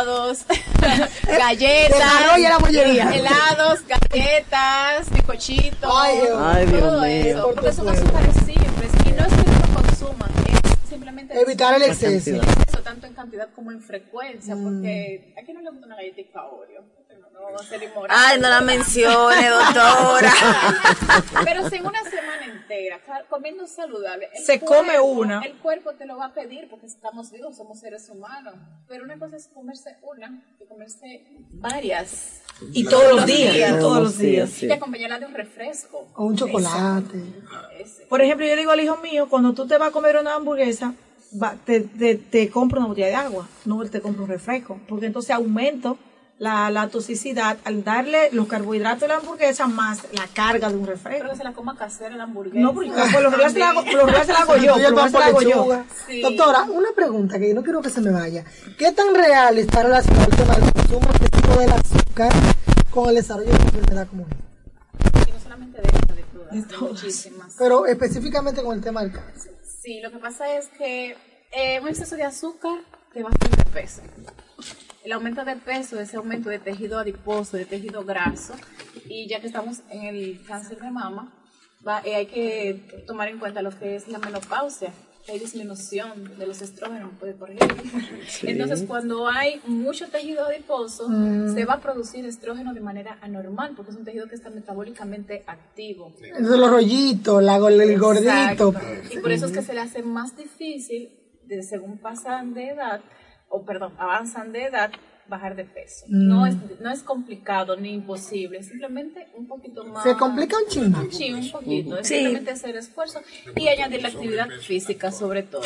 helados, galletas, helados, galletas, bizcochitos, todo eso, porque son azúcares simples y no es que no lo consuman, es simplemente evitar el exceso. Tanto en cantidad como en frecuencia, porque a quién no le gusta una galletita Oreo. Ay, no la mencione, doctora. Pero si en una semana entera, comiendo saludable, se come una. El cuerpo te lo va a pedir porque estamos vivos, somos seres humanos. Pero una cosa es comerse una y comerse varias. Y todos los días. Todos los días. Sí. Y acompañarla de un refresco. O un chocolate. Por ejemplo, yo le digo al hijo mío, cuando tú te vas a comer una hamburguesa, te compra una botella de agua, no te compra un refresco, porque entonces aumento la toxicidad al darle los carbohidratos de la hamburguesa más la carga de un refresco. Pero que se la coma casera la hamburguesa. No, porque por lo regular se la hago yo. Sí. Doctora, una pregunta que yo no quiero que se me vaya. ¿Qué tan real está relacionado el tema del consumo excesivo del azúcar con el desarrollo de una enfermedad como esta? Y no solamente de esta, de todas, muchísimas. Pero específicamente con el tema del cáncer. Sí, lo que pasa es que un exceso de azúcar te va a hacer de peso. El aumento de peso, ese aumento de tejido adiposo, de tejido graso, y ya que estamos en el cáncer de mama, hay que tomar en cuenta lo que es la menopausia, que hay disminución de los estrógenos, por ejemplo. Sí. Entonces, cuando hay mucho tejido adiposo, se va a producir estrógeno de manera anormal, porque es un tejido que está metabólicamente activo. Los rollitos, el gordito. Y por eso es que se le hace más difícil, según pasan de edad, avanzan de edad, bajar de peso. No es complicado ni imposible, simplemente un poquito más. ¿Se complica un chingo? Sí, un poquito. Es simplemente hacer esfuerzo y añadir la actividad física sobre todo.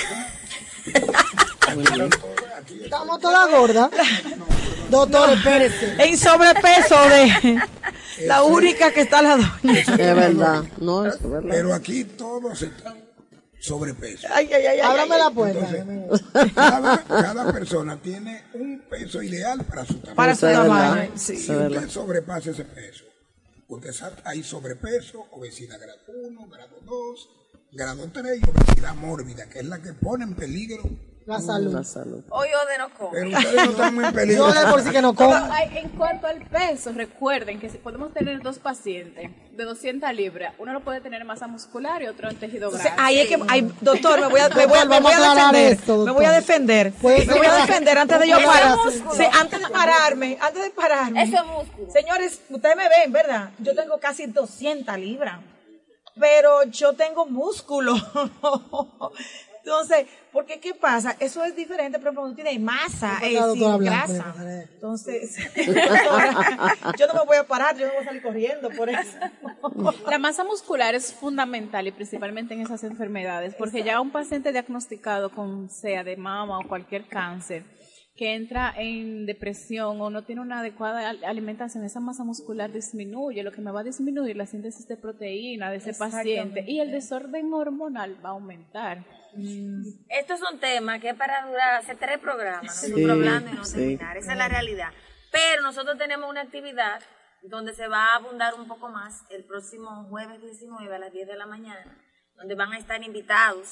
Estamos todas gordas. Doctor, espérese. En sobrepeso de la única que está la doña. Es verdad, no es verdad. Pero aquí todos están sobrepeso. Ábrame la puerta. Entonces, cada persona tiene un peso ideal para su tamaño. Para su tamaño. Sí, si usted sobrepasa ese peso, usted sabe, hay sobrepeso, obesidad grado 1, grado 2, grado 3 y obesidad mórbida, que es la que pone en peligro la salud. Hoy yo de no comer. Pero ustedes no están muy en peligro. Yo de por sí que no como. En cuanto al peso, recuerden que si podemos tener dos pacientes de 200 libras, uno lo puede tener en masa muscular y otro en tejido graso. Ahí es que, doctor, me voy a defender. Antes de yo parar. Sí, antes de pararme. Eso es músculo. Señores, ustedes me ven, ¿verdad? Yo tengo casi 200 libras, pero yo tengo músculo. Entonces, porque ¿qué pasa? Eso es diferente, pero cuando tiene masa, sin grasa. Entonces, yo no me voy a parar, yo no voy a salir corriendo por eso. La masa muscular es fundamental y principalmente en esas enfermedades, porque ya un paciente diagnosticado con sea de mama o cualquier cáncer, que entra en depresión o no tiene una adecuada alimentación, esa masa muscular disminuye, lo que me va a disminuir la síntesis de proteína de ese paciente y el desorden hormonal va a aumentar. Esto es un tema que es para durar hace 3 programas, hablando y no terminar, esa es la realidad. Pero nosotros tenemos una actividad donde se va a abundar un poco más el próximo jueves 19 a las 10 de la mañana, donde van a estar invitados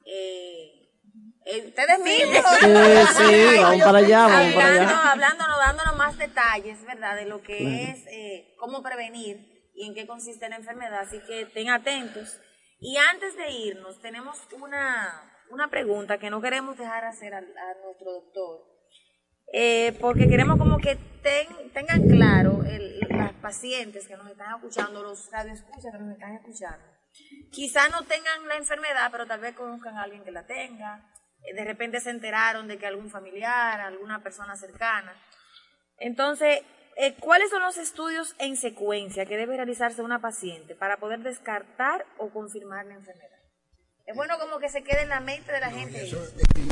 ustedes mismos. Sí, vamos para allá, dándonos más detalles, ¿verdad? De lo que es cómo prevenir y en qué consiste la enfermedad, así que estén atentos. Y antes de irnos, tenemos una pregunta que no queremos dejar hacer a nuestro doctor, porque queremos como que tengan claro las pacientes que nos están escuchando, los radioescuchas que nos están escuchando. Quizá no tengan la enfermedad, pero tal vez conozcan a alguien que la tenga. De repente se enteraron de que algún familiar, alguna persona cercana. Entonces, ¿cuáles son los estudios en secuencia que debe realizarse una paciente para poder descartar o confirmar la enfermedad? Es bueno como que se quede en la mente de la gente. O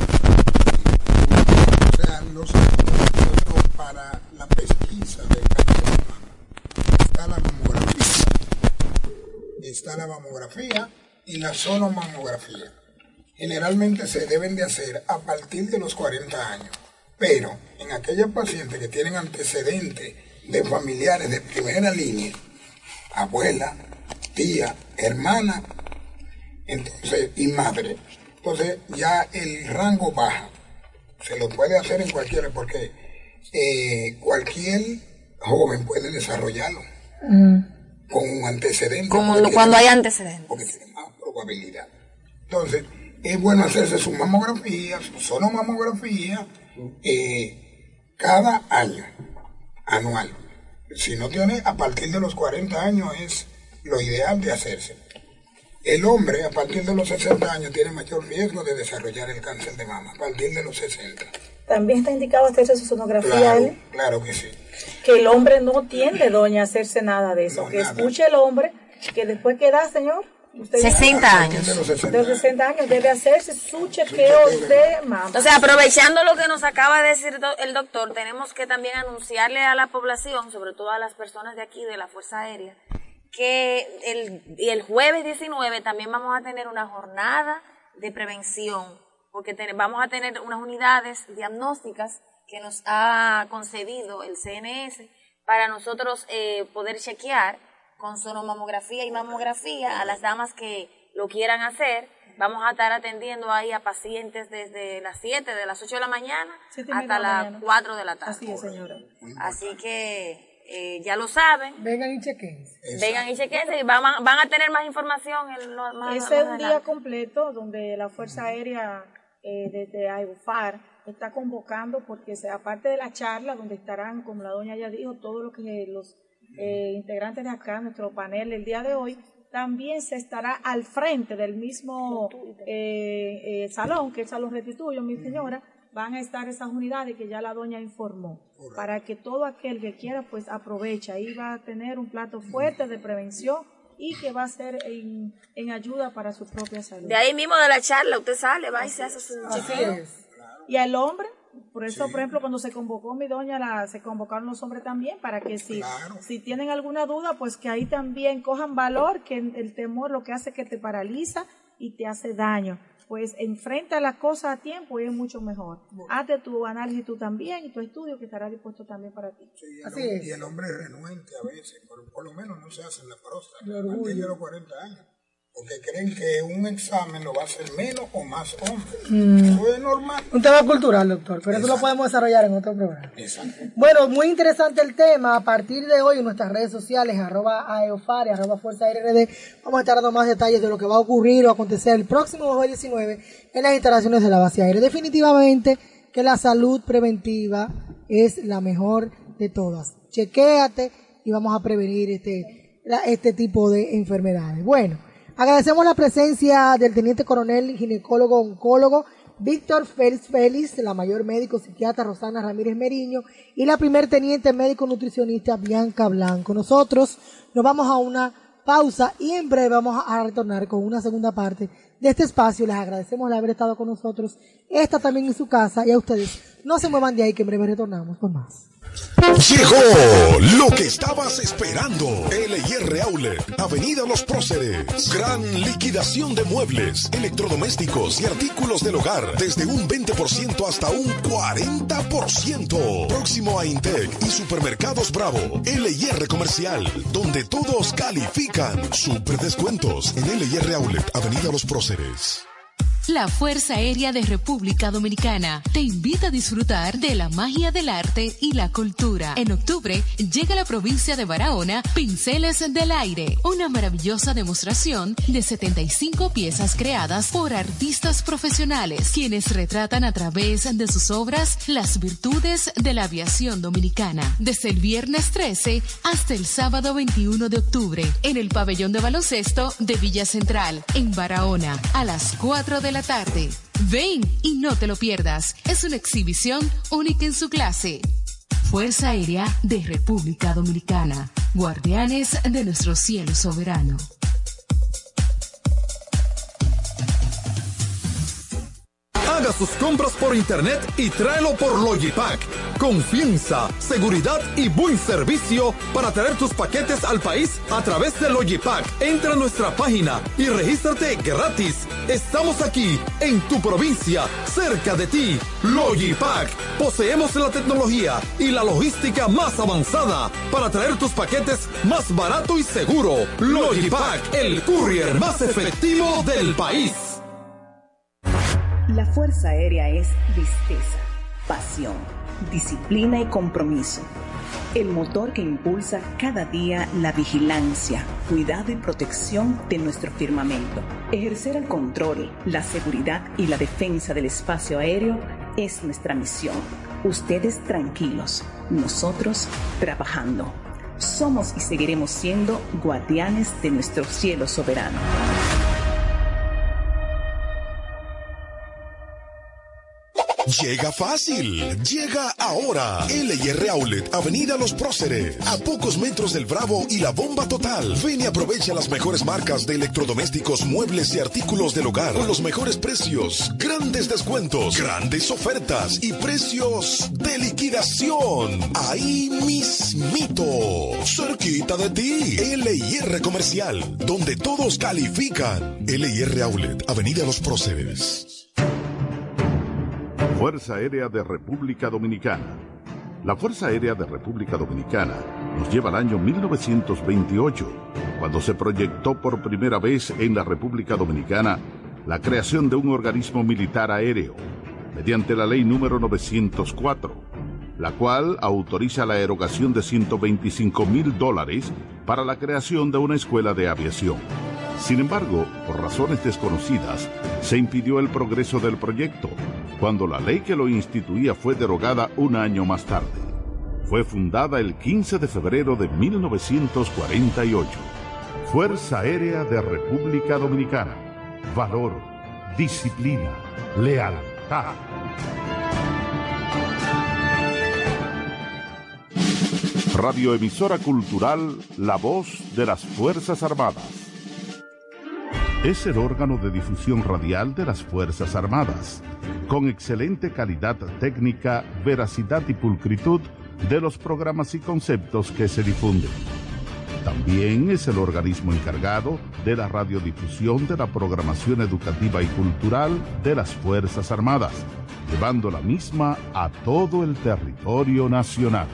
sea, los estudios para la pesquisa de cáncer de mama está la mamografía y la sonomamografía. Generalmente se deben de hacer a partir de los 40 años, pero en aquellas pacientes que tienen antecedentes de familiares de primera línea, abuela, tía, hermana, entonces, y madre, entonces ya el rango baja. Se lo puede hacer en cualquiera, porque cualquier joven puede desarrollarlo con un antecedente. Cuando hay antecedentes. Porque tiene más probabilidad. Entonces, es bueno hacerse su mamografía, su sonomamografía, cada año, anual. Si no tiene, a partir de los 40 años es lo ideal de hacerse. El hombre, a partir de los 60 años, tiene mayor riesgo de desarrollar el cáncer de mama, a partir de los 60. También está indicado hacerse su sonografía. Claro que sí. Que el hombre no tiende, doña, a hacerse nada de eso. No, que nada. Escuche el hombre que después que da, señor, usted 60 años. De los 60 años debe hacerse su chequeo de mama. Entonces, aprovechando lo que nos acaba de decir el doctor, tenemos que también anunciarle a la población, sobre todo a las personas de aquí, de la Fuerza Aérea, que el jueves 19 también vamos a tener una jornada de prevención, porque vamos a tener unas unidades diagnósticas que nos ha concedido el CNS para nosotros poder chequear con sonomamografía y mamografía a las damas que lo quieran hacer. Vamos a estar atendiendo ahí a pacientes desde las 7, de las 8 de la mañana hasta las 4 de la tarde. Así es, señora. Así que ya lo saben. Vengan y chequense. Vengan y chequense y van a tener más información. Ese es un día completo donde la Fuerza Aérea desde AEUFAR está convocando, porque aparte de la charla donde estarán, como la doña ya dijo, todos los integrantes de acá, nuestro panel el día de hoy, también se estará al frente del mismo salón, que es el Salón Restituyo, mi señora, van a estar esas unidades que ya la doña informó, para que todo aquel que quiera pues aproveche. Ahí va a tener un plato fuerte de prevención y que va a ser en ayuda para su propia salud. De ahí mismo de la charla usted sale, va y se hace su chequeo. Y al hombre, por eso, por ejemplo, cuando se convocó mi doña, se convocaron los hombres también, para que si tienen alguna duda, pues que ahí también cojan valor, que el temor lo que hace es que te paraliza y te hace daño. Pues enfrenta las cosas a tiempo y es mucho mejor. Hazte tu análisis tú también y tu estudio, que estará dispuesto también para ti. Sí, y el hombre es renuente a veces, por lo menos no se hace en la próstata a partir de los 40 años. Porque creen que un examen lo va a hacer menos o más hombre. Eso es normal. Un tema cultural, doctor, pero eso lo podemos desarrollar en otro programa. Exacto. Bueno, muy interesante el tema. A partir de hoy en nuestras redes sociales, @AEOFAR, @Fuerza Aérea RD, vamos a estar dando más detalles de lo que va a ocurrir o acontecer el próximo jueves 19 en las instalaciones de la base aérea. Definitivamente que la salud preventiva es la mejor de todas. Chequéate y vamos a prevenir este tipo de enfermedades. Bueno, agradecemos la presencia del teniente coronel ginecólogo oncólogo Víctor Félix, la mayor médico psiquiatra Rosana Ramírez Meriño y la primer teniente médico nutricionista Bianca Blanco. Nosotros nos vamos a una pausa y en breve vamos a retornar con una segunda parte de este espacio. Les agradecemos el haber estado con nosotros. Esta también en su casa, y a ustedes no se muevan de ahí, que en breve retornamos con más. Llegó lo que estabas esperando. LIR Outlet, Avenida Los Próceres. Gran liquidación de muebles, electrodomésticos y artículos del hogar. Desde un 20% hasta un 40%. Próximo a Intec y Supermercados Bravo. LIR Comercial, donde todos califican. Super descuentos en LIR Outlet, Avenida Los Próceres. La Fuerza Aérea de República Dominicana te invita a disfrutar de la magia del arte y la cultura. En octubre llega a la provincia de Barahona Pinceles del Aire, una maravillosa demostración de 75 piezas creadas por artistas profesionales, quienes retratan a través de sus obras las virtudes de la aviación dominicana. Desde el viernes 13 hasta el sábado 21 de octubre, en el pabellón de baloncesto de Villa Central, en Barahona, a las 4 de la tarde. Ven y no te lo pierdas. Es una exhibición única en su clase. Fuerza Aérea de República Dominicana. Guardianes de nuestro cielo soberano. Haga sus compras por internet y tráelo por Logipack. Confianza, seguridad y buen servicio para traer tus paquetes al país a través de Logipack. Entra a nuestra página y regístrate gratis. Estamos aquí, en tu provincia, cerca de ti. Logipack. Poseemos la tecnología y la logística más avanzada para traer tus paquetes más barato y seguro. Logipack, el courier más efectivo del país. La Fuerza Aérea es Visteza, pasión, disciplina y compromiso. El motor que impulsa cada día la vigilancia, cuidado y protección de nuestro firmamento. Ejercer el control, la seguridad y la defensa del espacio aéreo es nuestra misión. Ustedes tranquilos, nosotros trabajando. Somos y seguiremos siendo guardianes de nuestro cielo soberano. Llega fácil, llega ahora. LIR Outlet, Avenida Los Próceres, a pocos metros del Bravo y la Bomba Total. Ven y aprovecha las mejores marcas de electrodomésticos, muebles y artículos del hogar con los mejores precios, grandes descuentos, grandes ofertas y precios de liquidación. Ahí mismito, cerquita de ti. LIR Comercial, donde todos califican. LIR Outlet, Avenida Los Próceres. Fuerza Aérea de República Dominicana. La Fuerza Aérea de República Dominicana nos lleva al año 1928, cuando se proyectó por primera vez en la República Dominicana la creación de un organismo militar aéreo, mediante la Ley número 904, la cual autoriza la erogación de $125,000 para la creación de una escuela de aviación. Sin embargo, por razones desconocidas, se impidió el progreso del proyecto, cuando la ley que lo instituía fue derogada un año más tarde. Fue fundada el 15 de febrero de 1948. Fuerza Aérea de República Dominicana. Valor, disciplina, lealtad. Radioemisora cultural La Voz de las Fuerzas Armadas. Es el órgano de difusión radial de las Fuerzas Armadas, con excelente calidad técnica, veracidad y pulcritud de los programas y conceptos que se difunden. También es el organismo encargado de la radiodifusión de la programación educativa y cultural de las Fuerzas Armadas, llevando la misma a todo el territorio nacional.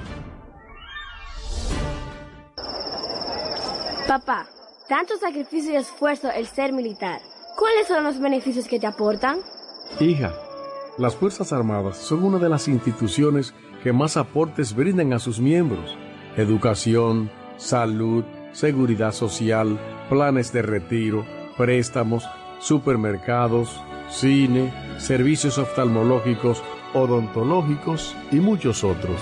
Papá, tanto sacrificio y esfuerzo el ser militar. ¿Cuáles son los beneficios que te aportan? Hija, las Fuerzas Armadas son una de las instituciones que más aportes brindan a sus miembros. Educación, salud, seguridad social, planes de retiro, préstamos, supermercados, cine, servicios oftalmológicos, odontológicos y muchos otros.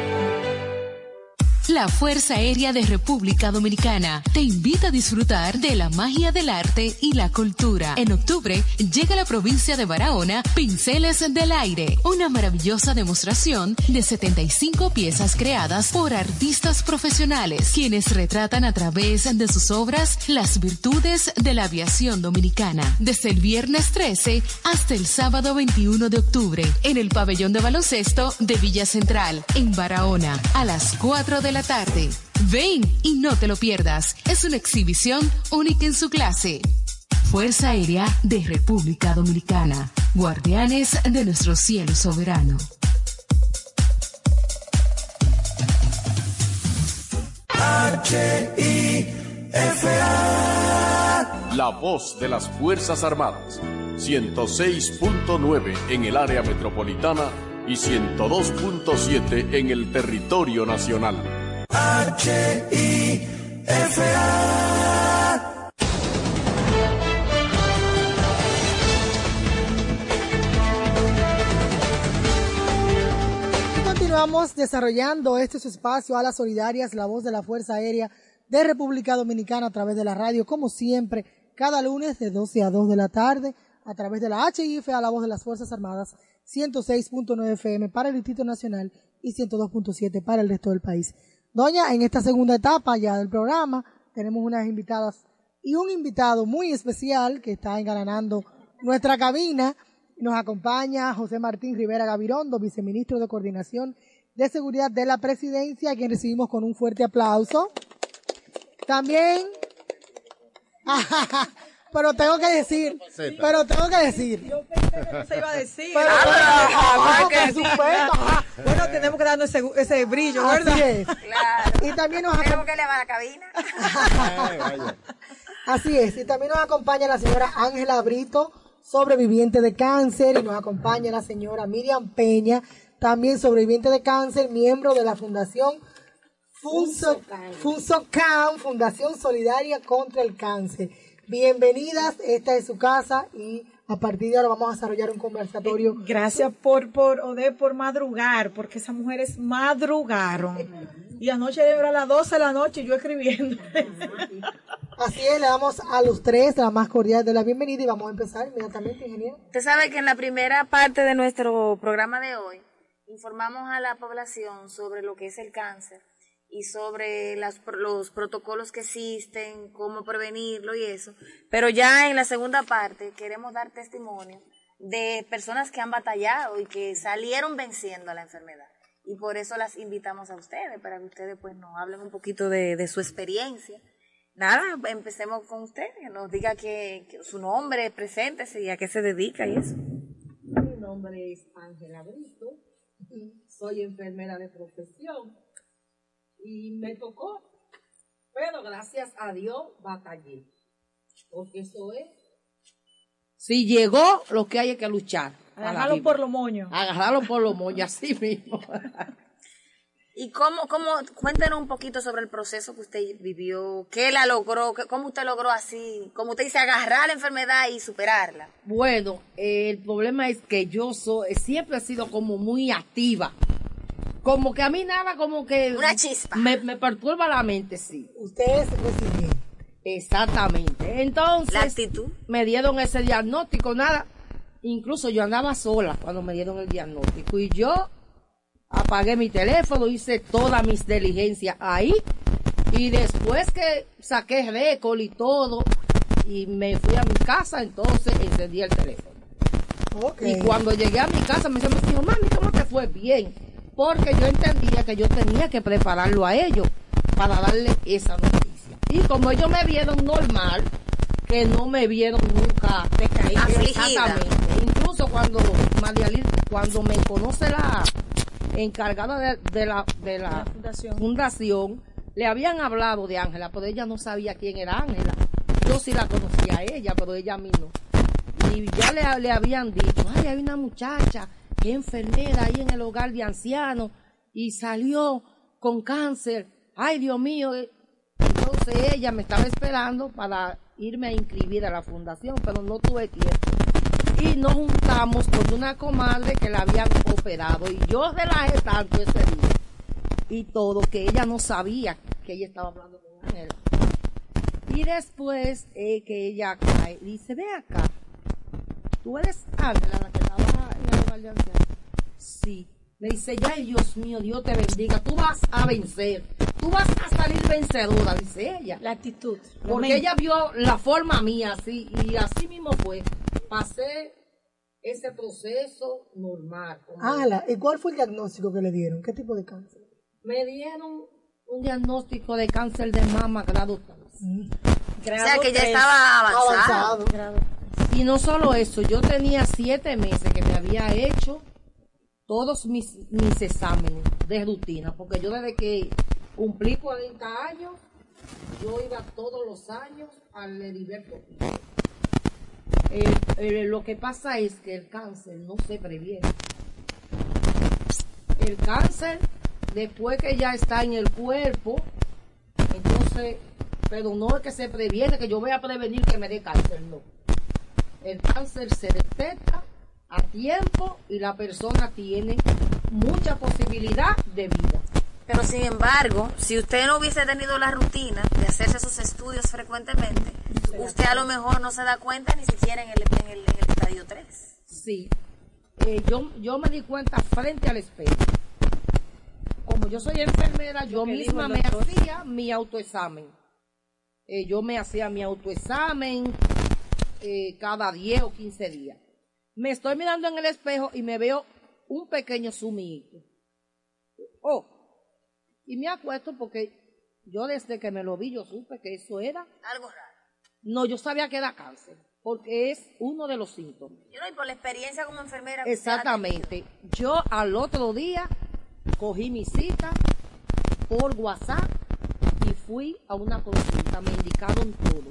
La Fuerza Aérea de República Dominicana te invita a disfrutar de la magia del arte y la cultura. En octubre llega a la provincia de Barahona Pinceles del Aire, una maravillosa demostración de 75 piezas creadas por artistas profesionales, quienes retratan a través de sus obras las virtudes de la aviación dominicana. Desde el viernes 13 hasta el sábado 21 de octubre, en el pabellón de baloncesto de Villa Central, en Barahona, a las 4 de la tarde. Ven y no te lo pierdas. Es una exhibición única en su clase. Fuerza Aérea de República Dominicana. Guardianes de nuestro cielo soberano. HIFA. La voz de las Fuerzas Armadas. 106.9 en el área metropolitana y 102.7 en el territorio nacional. HIFA. Y continuamos desarrollando este su espacio a las solidarias, la voz de la Fuerza Aérea de República Dominicana a través de la radio, como siempre, cada lunes de 12 a 2 de la tarde, a través de la HIFA, la voz de las Fuerzas Armadas, 106.9 FM para el Distrito Nacional y 102.7 para el resto del país. Doña, en esta segunda etapa ya del programa, tenemos unas invitadas y un invitado muy especial que está engalanando nuestra cabina. Nos acompaña José Martín Rivera Gavirondo, viceministro de Coordinación de Seguridad de la Presidencia, a quien recibimos con un fuerte aplauso. También... Pero tengo que decir. Yo pensé que no se iba a decir. Bueno, tenemos que darnos ese brillo, ¿verdad? Así es. Claro. Y también nos tenemos que elevar la cabina. Así es. Y también nos acompaña la señora Ángela Brito, sobreviviente de cáncer, y nos acompaña la señora Miriam Peña, también sobreviviente de cáncer, miembro de la Fundación FunsoCan, Fundación Solidaria contra el Cáncer. Bienvenidas, esta es su casa y a partir de ahora vamos a desarrollar un conversatorio. Gracias por madrugar, porque esas mujeres madrugaron. Y anoche era a las 12 de la noche yo escribiendo. Así es, le damos a los tres la más cordial de la bienvenida y vamos a empezar inmediatamente, ingeniero. Usted sabe que en la primera parte de nuestro programa de hoy informamos a la población sobre lo que es el cáncer y sobre los protocolos que existen, cómo prevenirlo y eso. Pero ya en la segunda parte queremos dar testimonio de personas que han batallado y que salieron venciendo a la enfermedad. Y por eso las invitamos a ustedes, para que ustedes pues nos hablen un poquito de su experiencia. Nada, empecemos con usted, que nos diga que su nombre, preséntese y a qué se dedica y eso. Mi nombre es Ángela Brito, soy enfermera de profesión. Y me tocó, pero gracias a Dios batallé, porque eso es, si llegó, lo que hay es que luchar. Agarrarlo por los moños. Agarrarlo por los moños, así mismo. ¿Y cuéntenos un poquito sobre el proceso que usted vivió? ¿Qué la logró? ¿Cómo usted logró así? ¿Cómo usted dice agarrar la enfermedad y superarla? Bueno, el problema es que yo siempre he sido como muy activa. Como que a mí nada, como que... Una chispa. Me perturba la mente, sí. Usted es resiliente. Exactamente. Entonces... La actitud. Me dieron ese diagnóstico, nada. Incluso yo andaba sola cuando me dieron el diagnóstico. Y yo apagué mi teléfono, hice todas mis diligencias ahí. Y después que saqué récord y todo, y me fui a mi casa, entonces encendí el teléfono. Okay. Y cuando llegué a mi casa me dijo, mami, ¿cómo te fue? Bien. Porque yo entendía que yo tenía que prepararlo a ellos para darle esa noticia. Y como ellos me vieron normal, que no me vieron nunca exactamente. Incluso cuando me conoce la encargada de la fundación, le habían hablado de Ángela, pero ella no sabía quién era Ángela. Yo sí la conocía a ella, pero ella a mí no. Y ya le habían dicho, ay, hay una muchacha que enfermera ahí en el hogar de ancianos y salió con cáncer. Ay, Dios mío. Entonces ella me estaba esperando para irme a inscribir a la fundación, pero no tuve tiempo. Y nos juntamos con una comadre que la habían operado y yo relajé tanto ese día y todo, que ella no sabía que ella estaba hablando con Ángela. Y después que ella cae, dice, ve acá, tú eres Ángela, la que estaba en el hogar de ancianos. Sí. Me dice, ay, Dios mío, Dios te bendiga, tú vas a vencer, tú vas a salir vencedora, dice ella. La actitud. Porque ella vio la forma mía, así, y así mismo fue. Pasé ese proceso normal. Ángela, ¿y cuál fue el diagnóstico que le dieron? ¿Qué tipo de cáncer? Me dieron un diagnóstico de cáncer de mama grado 3. O sea, que ya estaba avanzado. Y no solo eso, yo tenía 7 meses que me había hecho todos mis exámenes de rutina, porque yo desde que cumplí 40 años, yo iba todos los años al Heriberto. Lo que pasa es que el cáncer no se previene. El cáncer, después que ya está en el cuerpo, entonces, pero no es que se previene, que yo voy a prevenir que me dé cáncer, no. El cáncer se detecta a tiempo y la persona tiene mucha posibilidad de vida. Pero sin embargo, si usted no hubiese tenido la rutina de hacerse sus estudios frecuentemente, usted a lo mejor no se da cuenta ni siquiera en el estadio 3. Sí, yo me di cuenta frente al espejo. Como yo soy enfermera, yo misma me hacía mi autoexamen. Yo me hacía mi autoexamen cada 10 o 15 días. Me estoy mirando en el espejo y me veo un pequeño sumito. Y me acuesto porque yo desde que me lo vi, yo supe que eso era algo raro. No, yo sabía que era cáncer, porque es uno de los síntomas. Y por la experiencia como enfermera. Exactamente. Yo al otro día cogí mi cita por WhatsApp y fui a una consulta. Me indicaron todo.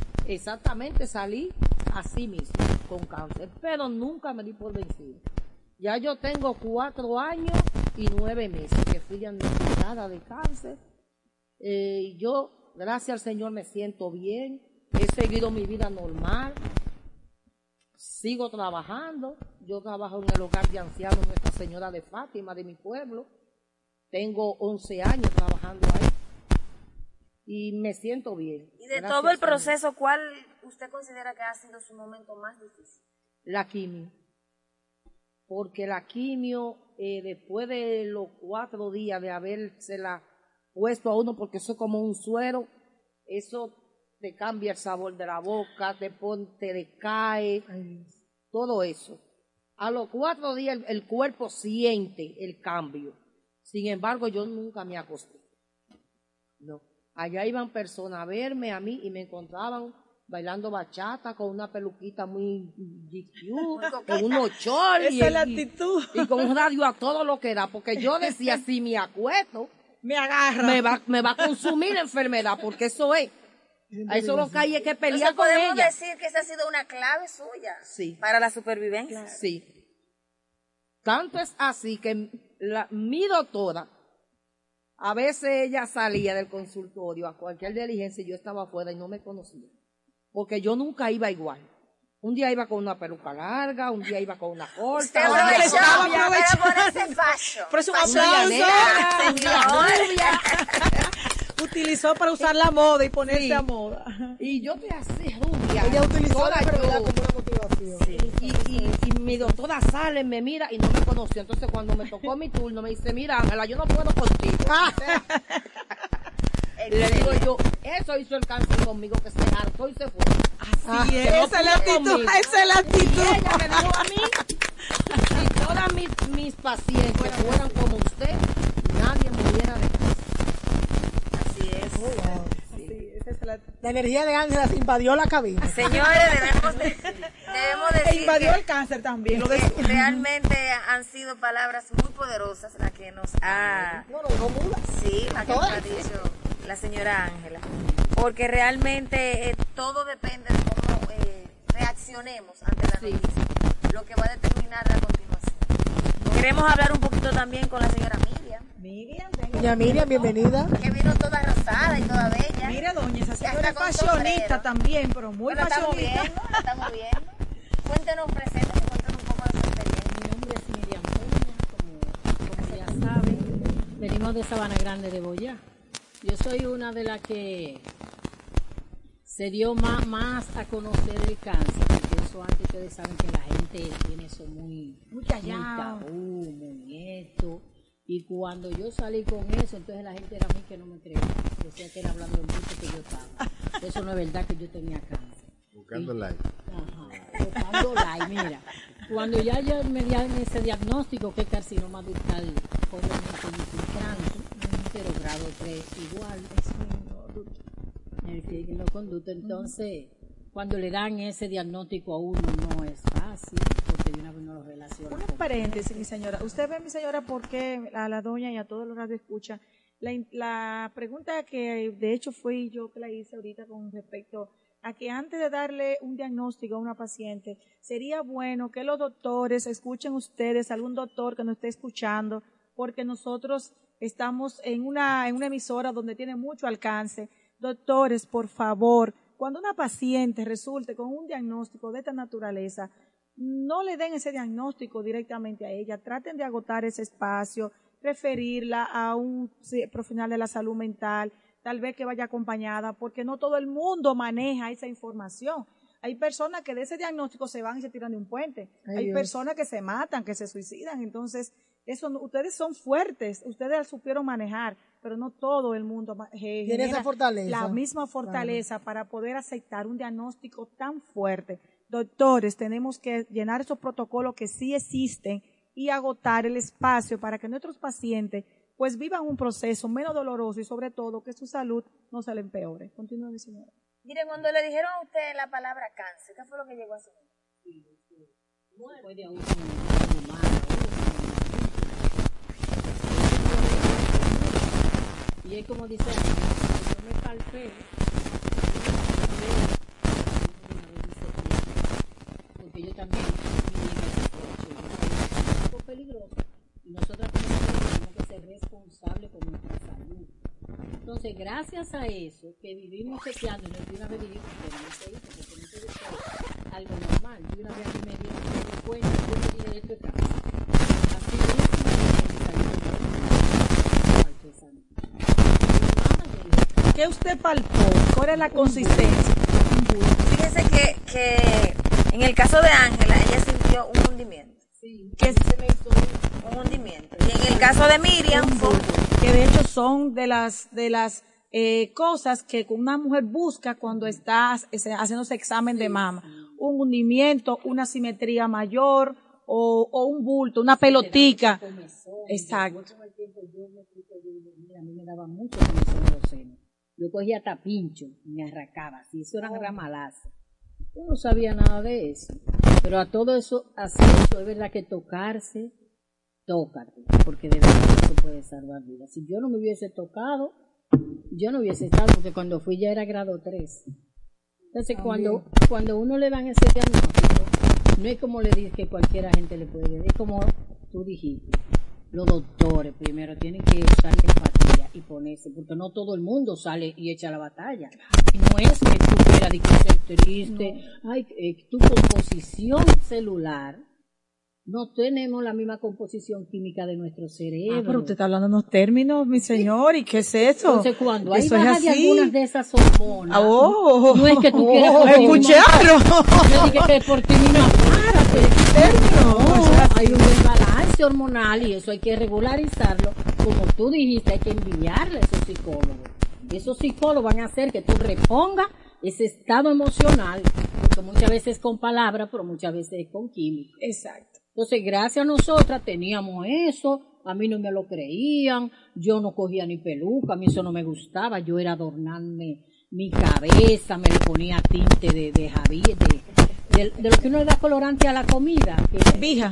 Exactamente, salí así mismo, con cáncer, pero nunca me di por vencido. Ya yo tengo 4 años y 9 meses que fui diagnosticada de cáncer. Yo, gracias al Señor, me siento bien. He seguido mi vida normal. Sigo trabajando. Yo trabajo en el hogar de ancianos Nuestra Señora de Fátima de mi pueblo. Tengo 11 años trabajando ahí. Y me siento bien. Y de todo el proceso, ¿cuál usted considera que ha sido su momento más difícil? La quimio. Porque la quimio, después de los 4 días de habérsela puesto a uno, porque eso es como un suero, eso te cambia el sabor de la boca, te decae, todo eso. A los 4 días el cuerpo siente el cambio. Sin embargo, yo nunca me acosté. No. Allá iban personas a verme a mí y me encontraban bailando bachata con una peluquita muy GQ, con unos shorts Esa es la actitud. Y con un radio a todo lo que da, porque yo decía, si me acuesto, me agarra, me va a consumir la enfermedad, porque eso es. A eso lo que hay es que pelear Entonces, con ella. podemos decir que esa ha sido una clave suya para la supervivencia. Sí. Tanto es así que mi doctora, a veces ella salía del consultorio a cualquier diligencia y yo estaba afuera y no me conocía. Porque yo nunca iba igual. Un día iba con una peluca larga, un día iba con una corta. Usted aprovechaba para ponerse fashion. Por eso un aplauso, utilizó para usar la moda y ponerse a moda. Y yo te hacía rubia. Ella utilizó la enfermedad como una motivación. Sí. Y mi doctora sale, me mira y no me conoció. Entonces cuando me tocó mi turno me dice, mira Ángela, yo no puedo contigo. Le digo yo, eso hizo el cáncer conmigo, que se hartó y se fue. Así es, esa es la actitud, esa es la actitud. Y ella me dijo a mí, si todas mis pacientes fueran como usted, nadie muriera de cáncer. Así es. Sí, esa es la energía de Ángela se invadió la cabina. Señores, debemos decir invadió el cáncer también. Que realmente han sido palabras muy poderosas las que nos ha... Sí, las que nos ha dicho la señora Ángela. Porque realmente todo depende de cómo reaccionemos ante la noticia, lo que va a determinar la continuación. Queremos hablar un poquito también con la señora Miriam. Doña Miriam, bienvenida. Que vino toda rosada y toda bella. Mira, doña, esa señora es fashionista también, pero muy fashionista. La estamos viendo. Cuéntenos, presentes y cuéntenos un poco de su experiencia. Mi nombre es Miriam Peña, como ya saben, venimos de Sabana Grande de Boyá. Yo soy una de las que se dio más a conocer el cáncer, porque eso antes ustedes saben que la gente tiene eso muy tabú, muy esto. Y cuando yo salí con eso, entonces la gente era a mí que no me creía. Decía que era hablando de mucho que yo estaba. Eso no es verdad que yo tenía cáncer. Buscando like. Ajá, buscando like, mira. Cuando ya yo me dieron ese diagnóstico que es carcinoma ductal obviamente infiltrante, pero grado 3 igual, es un conducto. Entonces, cuando le dan ese diagnóstico a uno no es fácil, porque de una vez no lo relaciona. Un paréntesis, mi señora. Usted ve, mi señora, por qué a la doña y a todos los radio escucha. La pregunta que de hecho fui yo que la hice ahorita con respecto a que antes de darle un diagnóstico a una paciente, sería bueno que los doctores escuchen ustedes, algún doctor que nos esté escuchando, porque nosotros estamos en una emisora donde tiene mucho alcance. Doctores, por favor, cuando una paciente resulte con un diagnóstico de esta naturaleza, no le den ese diagnóstico directamente a ella, traten de agotar ese espacio, referirla a un profesional de la salud mental, tal vez que vaya acompañada, porque no todo el mundo maneja esa información. Hay personas que de ese diagnóstico se van y se tiran de un puente. Hay personas que se matan, que se suicidan. Entonces, ustedes son fuertes, ustedes la supieron manejar, pero no todo el mundo tiene esa fortaleza. La misma fortaleza para poder aceptar un diagnóstico tan fuerte. Doctores, tenemos que llenar esos protocolos que sí existen y agotar el espacio para que nuestros pacientes pues vivan un proceso menos doloroso y sobre todo que su salud no se le empeore. Continúe, mi señora. Mire, cuando le dijeron a usted la palabra cáncer, ¿qué fue lo que llegó a su mente? Fue de y es como dice, yo me palpé, porque yo también responsable con nuestra salud. Entonces, gracias a eso, que vivimos chequeándonos, de una vez dijimos que no se hizo, porque no se hizo algo normal. De una vez a mí me dio cuenta, yo me dije, esto es cáncer. Así mismo, ¿qué usted palpó? ¿Cuál es la consistencia? Fíjese que en el caso de Ángela, ella sintió un hundimiento. Sí, que se me hizo un hundimiento. Y en el caso de Miriam, que de hecho son de las cosas que una mujer busca cuando está haciéndose examen de mama. Un hundimiento, una simetría mayor o un bulto, una pelotica. Exacto. A mí me daba mucho comezón en los senos. Yo cogía tapincho y me arracaba, así, eso eran ramalazos. Yo no sabía nada de eso, pero a todo eso, así eso, es verdad que tocarse, tócate, porque de verdad eso puede salvar vidas. Si yo no me hubiese tocado, yo no hubiese estado, porque cuando fui ya era grado 3. Entonces cuando uno le dan ese diagnóstico, no es como le dice que cualquiera gente le puede decir, es como tú dijiste. Los doctores primero tienen que usar la empatía y ponerse, porque no todo el mundo sale y echa la batalla. Y no es que tú quieras ser triste, no. Ay, tu composición celular, no tenemos la misma composición química de nuestro cerebro. Pero usted está hablando en unos términos, mi señor, ¿y qué es eso? Entonces cuando hay baja de algunas de esas hormonas, no es que tú quieras escucharlo. Yo dije que por ti misma, párate. No, hay un desbalance hormonal y eso hay que regularizarlo. Como tú dijiste, hay que enviarle a esos psicólogos. Y esos psicólogos van a hacer que tú repongas ese estado emocional, porque muchas veces con palabras, pero muchas veces con química. Exacto. Entonces, gracias a nosotras teníamos eso, a mí no me lo creían, yo no cogía ni peluca, a mí eso no me gustaba, yo era adornarme mi cabeza, me le ponía tinte de Javier, de lo que uno le da colorante a la comida, que vija.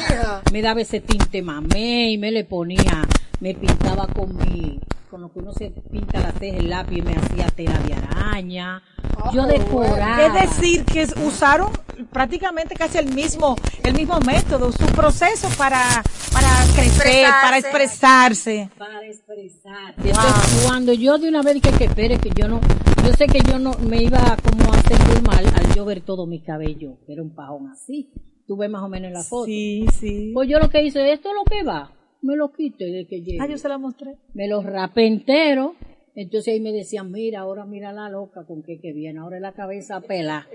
Me daba ese tinte mamé y me le ponía, me pintaba con lo que uno se pinta la ceja, el lápiz, y me hacía tela de araña. Yo decoraba. Es decir, que usaron prácticamente casi el mismo método, su proceso para crecer, para expresarse. Para expresar. Entonces, cuando yo de una vez dije que espere, que yo sé que yo no me iba como a sentir mal al yo ver todo mi cabello, que era un pajón así. Tú ves más o menos en la foto. Sí, sí. Pues yo lo que hice, esto es lo que va. Me lo quité de que llegue. Yo se la mostré. Me lo rapé entero. Entonces ahí me decían, mira, ahora mira la loca con que viene, ahora es la cabeza pela.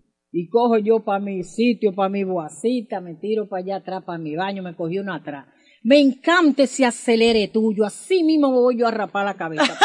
Y cojo yo para mi sitio, para mi boacita, me tiro para allá atrás, para mi baño, me cogí una atrás. Me encanta ese acelere tuyo, así mismo me voy yo a rapar la cabeza.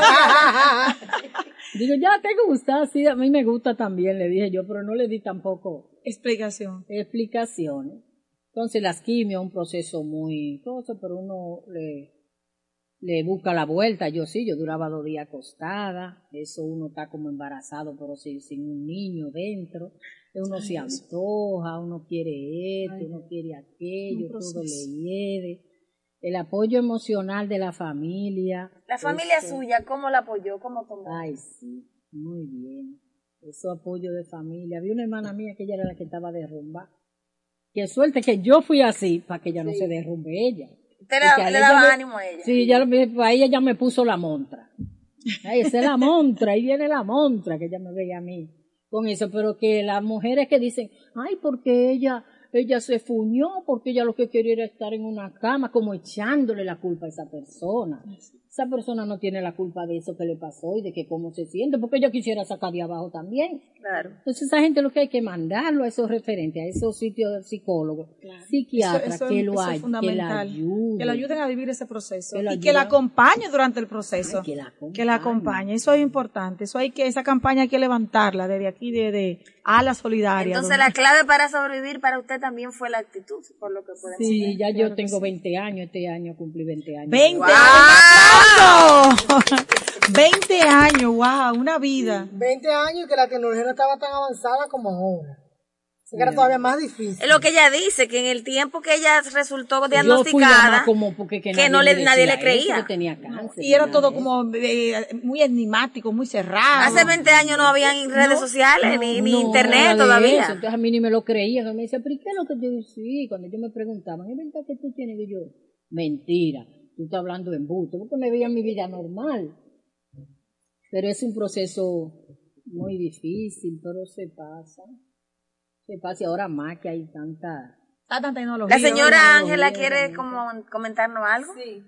Digo, ya te gusta, sí, a mí me gusta también, le dije yo, pero no le di tampoco explicaciones. Entonces las quimios, un proceso muy cosa, pero uno le busca la vuelta. Yo duraba 2 días acostada, eso uno está como embarazado, pero sin un niño dentro, uno se antoja, uno quiere esto, uno quiere aquello, todo le hiede. El apoyo emocional de la familia. La familia suya, ¿cómo la apoyó? ¿Cómo tomó? Ay, sí, muy bien. Eso apoyo de familia. Había una hermana mía que ella era la que estaba derrumbada. Qué suerte que yo fui así para que ella no se derrumbe ella. Le daba ánimo a ella. Sí, a ella ya me puso la montra. Ay, esa es la montra, ahí viene la montra, que ella me veía a mí con eso. Pero que las mujeres que dicen, ay, porque ella se fuñó, porque ella lo que quería era estar en una cama, como echándole la culpa a esa persona. Esa persona no tiene la culpa de eso que le pasó y de que cómo se siente, porque ella quisiera sacar de abajo también. Claro. Entonces esa gente lo que hay que mandarlo a esos referentes, a esos sitios de psicólogos, psiquiatras, que lo ayuden. Que lo ayuden a vivir ese proceso y que la acompañe durante el proceso. Ay, que la acompañe. Eso es importante. Esa campaña hay que levantarla desde aquí, desde ala solidaria. Entonces la clave para sobrevivir para usted también fue la actitud, por lo que podemos ver. Sí, ya yo tengo 20 años, este año cumplí 20 años. 20 años. 20 años, wow, una vida. 20 años y que la tecnología no estaba tan avanzada como ahora. Sí. Era todavía más difícil. Es lo que ella dice, que en el tiempo que ella resultó diagnosticada, que nadie le creía. Que tenía cáncer, y era todo como muy enigmático, muy cerrado. Hace 20 años no habían redes sociales, ni internet todavía. Eso. Entonces a mí ni me lo creían. Me decía, pero ¿qué es lo que yo decía? Cuando yo me preguntaba, ¿es verdad que tú tienes? Y yo, mentira. tú estás hablando en busto, porque me veía mi vida normal. Pero es un proceso muy difícil, pero se pasa. Se pasa y ahora más que hay tanta tecnología. La señora Ángela quiere como comentarnos algo. Sí.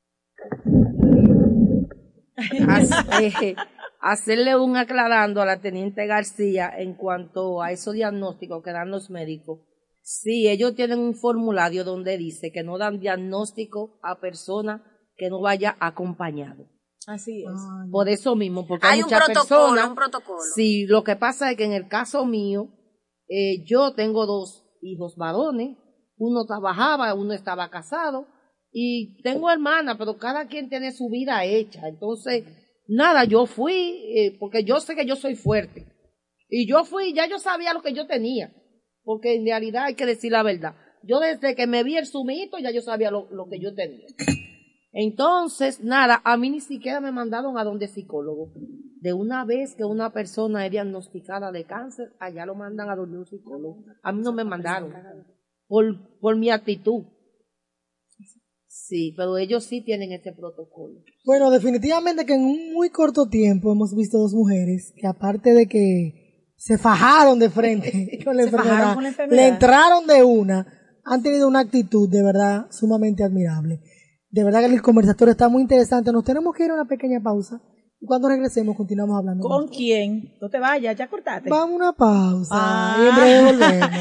Hacerle un aclarando a la teniente García en cuanto a esos diagnósticos que dan los médicos. Sí, ellos tienen un formulario donde dice que no dan diagnóstico a personas que no vaya acompañado. Así es. Por eso mismo, porque hay un muchas personas. un protocolo. Sí, lo que pasa es que en el caso mío, yo tengo 2 hijos varones, uno trabajaba, uno estaba casado, y tengo hermana, pero cada quien tiene su vida hecha. Entonces, nada, yo fui, porque yo sé que yo soy fuerte. Y yo fui, ya yo sabía lo que yo tenía, porque en realidad hay que decir la verdad. Yo desde que me vi el sumito, ya yo sabía lo que yo tenía. Entonces, nada, a mí ni siquiera me mandaron a donde psicólogo. De una vez que una persona es diagnosticada de cáncer, allá lo mandan a donde un psicólogo. A mí no me mandaron por mi actitud. Sí, pero ellos sí tienen ese protocolo. Bueno, definitivamente que en un muy corto tiempo hemos visto 2 mujeres que aparte de que se fajaron de frente con la enfermedad, le entraron de una, han tenido una actitud de verdad sumamente admirable. De verdad que el conversatorio está muy interesante. Nos tenemos que ir a una pequeña pausa. Y cuando regresemos continuamos hablando. ¿Con quién? No te vayas, ya cortaste. Vamos a una pausa. Y en breve volvemos.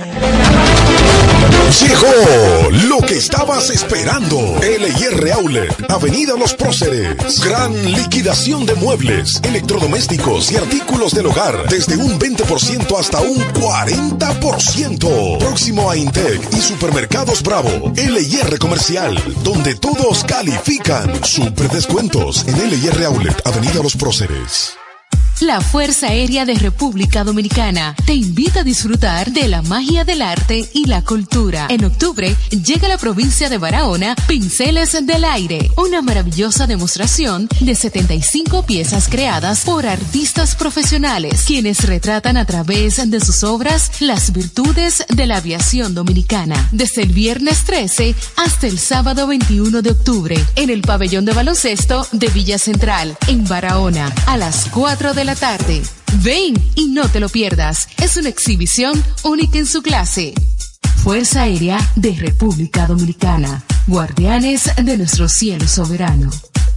Llegó lo que estabas esperando. LIR Outlet, Avenida Los Próceres. Gran liquidación de muebles, electrodomésticos y artículos del hogar. Desde un 20% hasta un 40%. Próximo a Intec y Supermercados Bravo. LIR Comercial, donde todos califican. Super descuentos en LIR Outlet, Avenida Los Próceres. La Fuerza Aérea de República Dominicana te invita a disfrutar de la magia del arte y la cultura. En octubre llega a la provincia de Barahona Pinceles del Aire, una maravillosa demostración de 75 piezas creadas por artistas profesionales, quienes retratan a través de sus obras las virtudes de la aviación dominicana. Desde el viernes 13 hasta el sábado 21 de octubre, en el pabellón de baloncesto de Villa Central, en Barahona, a las 4 de la tarde. Ven y no te lo pierdas. Es una exhibición única en su clase. Fuerza Aérea de República Dominicana. Guardianes de nuestro cielo soberano.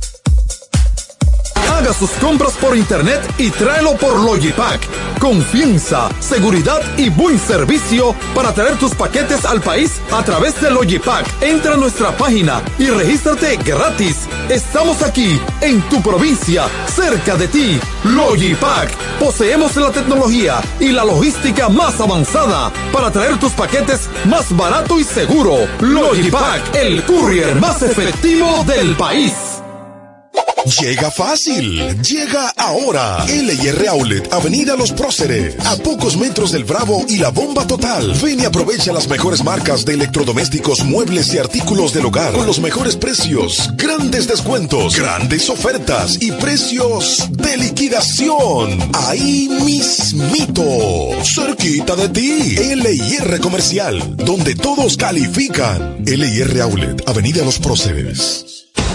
Haga sus compras por internet y tráelo por Logipack. Confianza, seguridad y buen servicio para traer tus paquetes al país a través de Logipack. Entra a nuestra página y regístrate gratis. Estamos aquí, en tu provincia, cerca de ti. Logipack. Poseemos la tecnología y la logística más avanzada para traer tus paquetes más barato y seguro. Logipack, el courier más efectivo del país. Llega fácil, llega ahora. LIR Outlet, Avenida Los Próceres, a pocos metros del Bravo y la Bomba Total. Ven y aprovecha las mejores marcas de electrodomésticos, muebles y artículos del hogar con los mejores precios, grandes descuentos, grandes ofertas y precios de liquidación. Ahí mismito, cerquita de ti. LIR Comercial, donde todos califican. LIR Outlet, Avenida Los Próceres.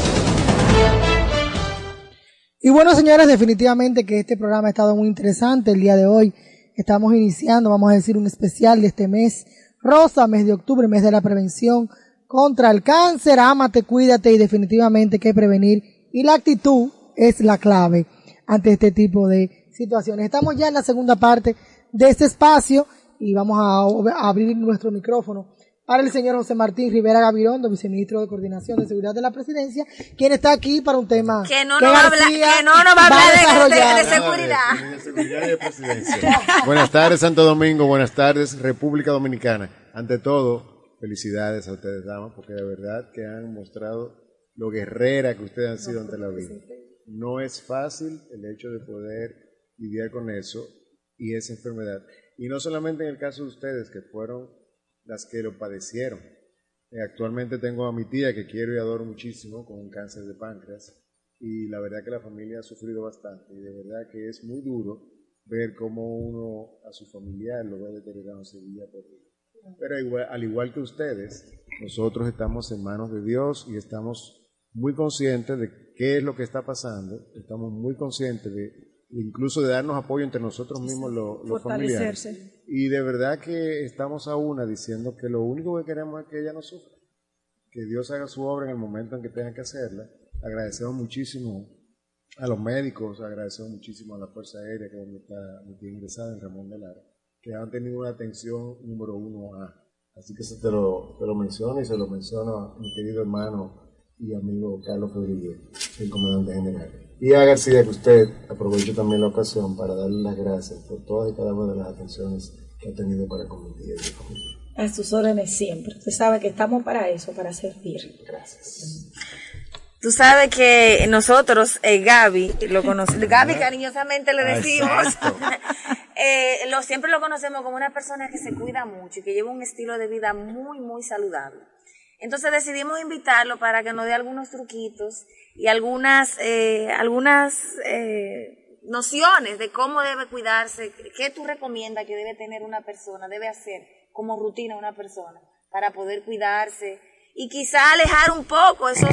Y bueno, señores, definitivamente que este programa ha estado muy interesante. El día de hoy estamos iniciando, vamos a decir, un especial de este mes rosa, mes de octubre, mes de la prevención contra el cáncer. Ámate, cuídate y definitivamente que prevenir. Y la actitud es la clave ante este tipo de situaciones. Estamos ya en la segunda parte de este espacio y vamos a abrir nuestro micrófono para el señor José Martín Rivera Gabirondo, viceministro de Coordinación de Seguridad de la Presidencia, quien está aquí para un tema que no nos va a hablar de seguridad. De seguridad y de presidencia. Buenas tardes, Santo Domingo. Buenas tardes, República Dominicana. Ante todo, felicidades a ustedes, damas, porque de verdad que han mostrado lo guerrera que ustedes han sido ante la vida. No es fácil el hecho de poder lidiar con eso y esa enfermedad. Y no solamente en el caso de ustedes, que fueron las que lo padecieron. Actualmente tengo a mi tía que quiero y adoro muchísimo con un cáncer de páncreas y la verdad que la familia ha sufrido bastante y de verdad que es muy duro ver cómo uno a su familiar lo ve deteriorándose día por día. Pero igual, al igual que ustedes, nosotros estamos en manos de Dios y estamos muy conscientes de qué es lo que está pasando, estamos muy conscientes de incluso de darnos apoyo entre nosotros mismos los familiares. Y de verdad que estamos a una diciendo que lo único que queremos es que ella no sufra, que Dios haga su obra en el momento en que tenga que hacerla. Agradecemos muchísimo a los médicos, agradecemos muchísimo a la Fuerza Aérea que está ingresada en Ramón de Lara, que han tenido una atención número 1A. Así que se te lo menciono y se lo menciono a mi querido hermano y amigo Carlos Rodríguez, el comandante general. Y a García, que usted aprovecho también la ocasión para darle las gracias por todas y cada una de las atenciones que ha tenido para con mi tía y mi familia. A sus órdenes siempre. Usted sabe que estamos para eso, para servir. Gracias. Tú sabes que nosotros, Gaby, lo conocemos, Gaby cariñosamente le decimos, siempre lo conocemos como una persona que se cuida mucho y que lleva un estilo de vida muy, muy saludable. Entonces decidimos invitarlo para que nos dé algunos truquitos y algunas nociones de cómo debe cuidarse, qué tú recomiendas que debe tener una persona, debe hacer como rutina una persona para poder cuidarse y quizá alejar un poco esa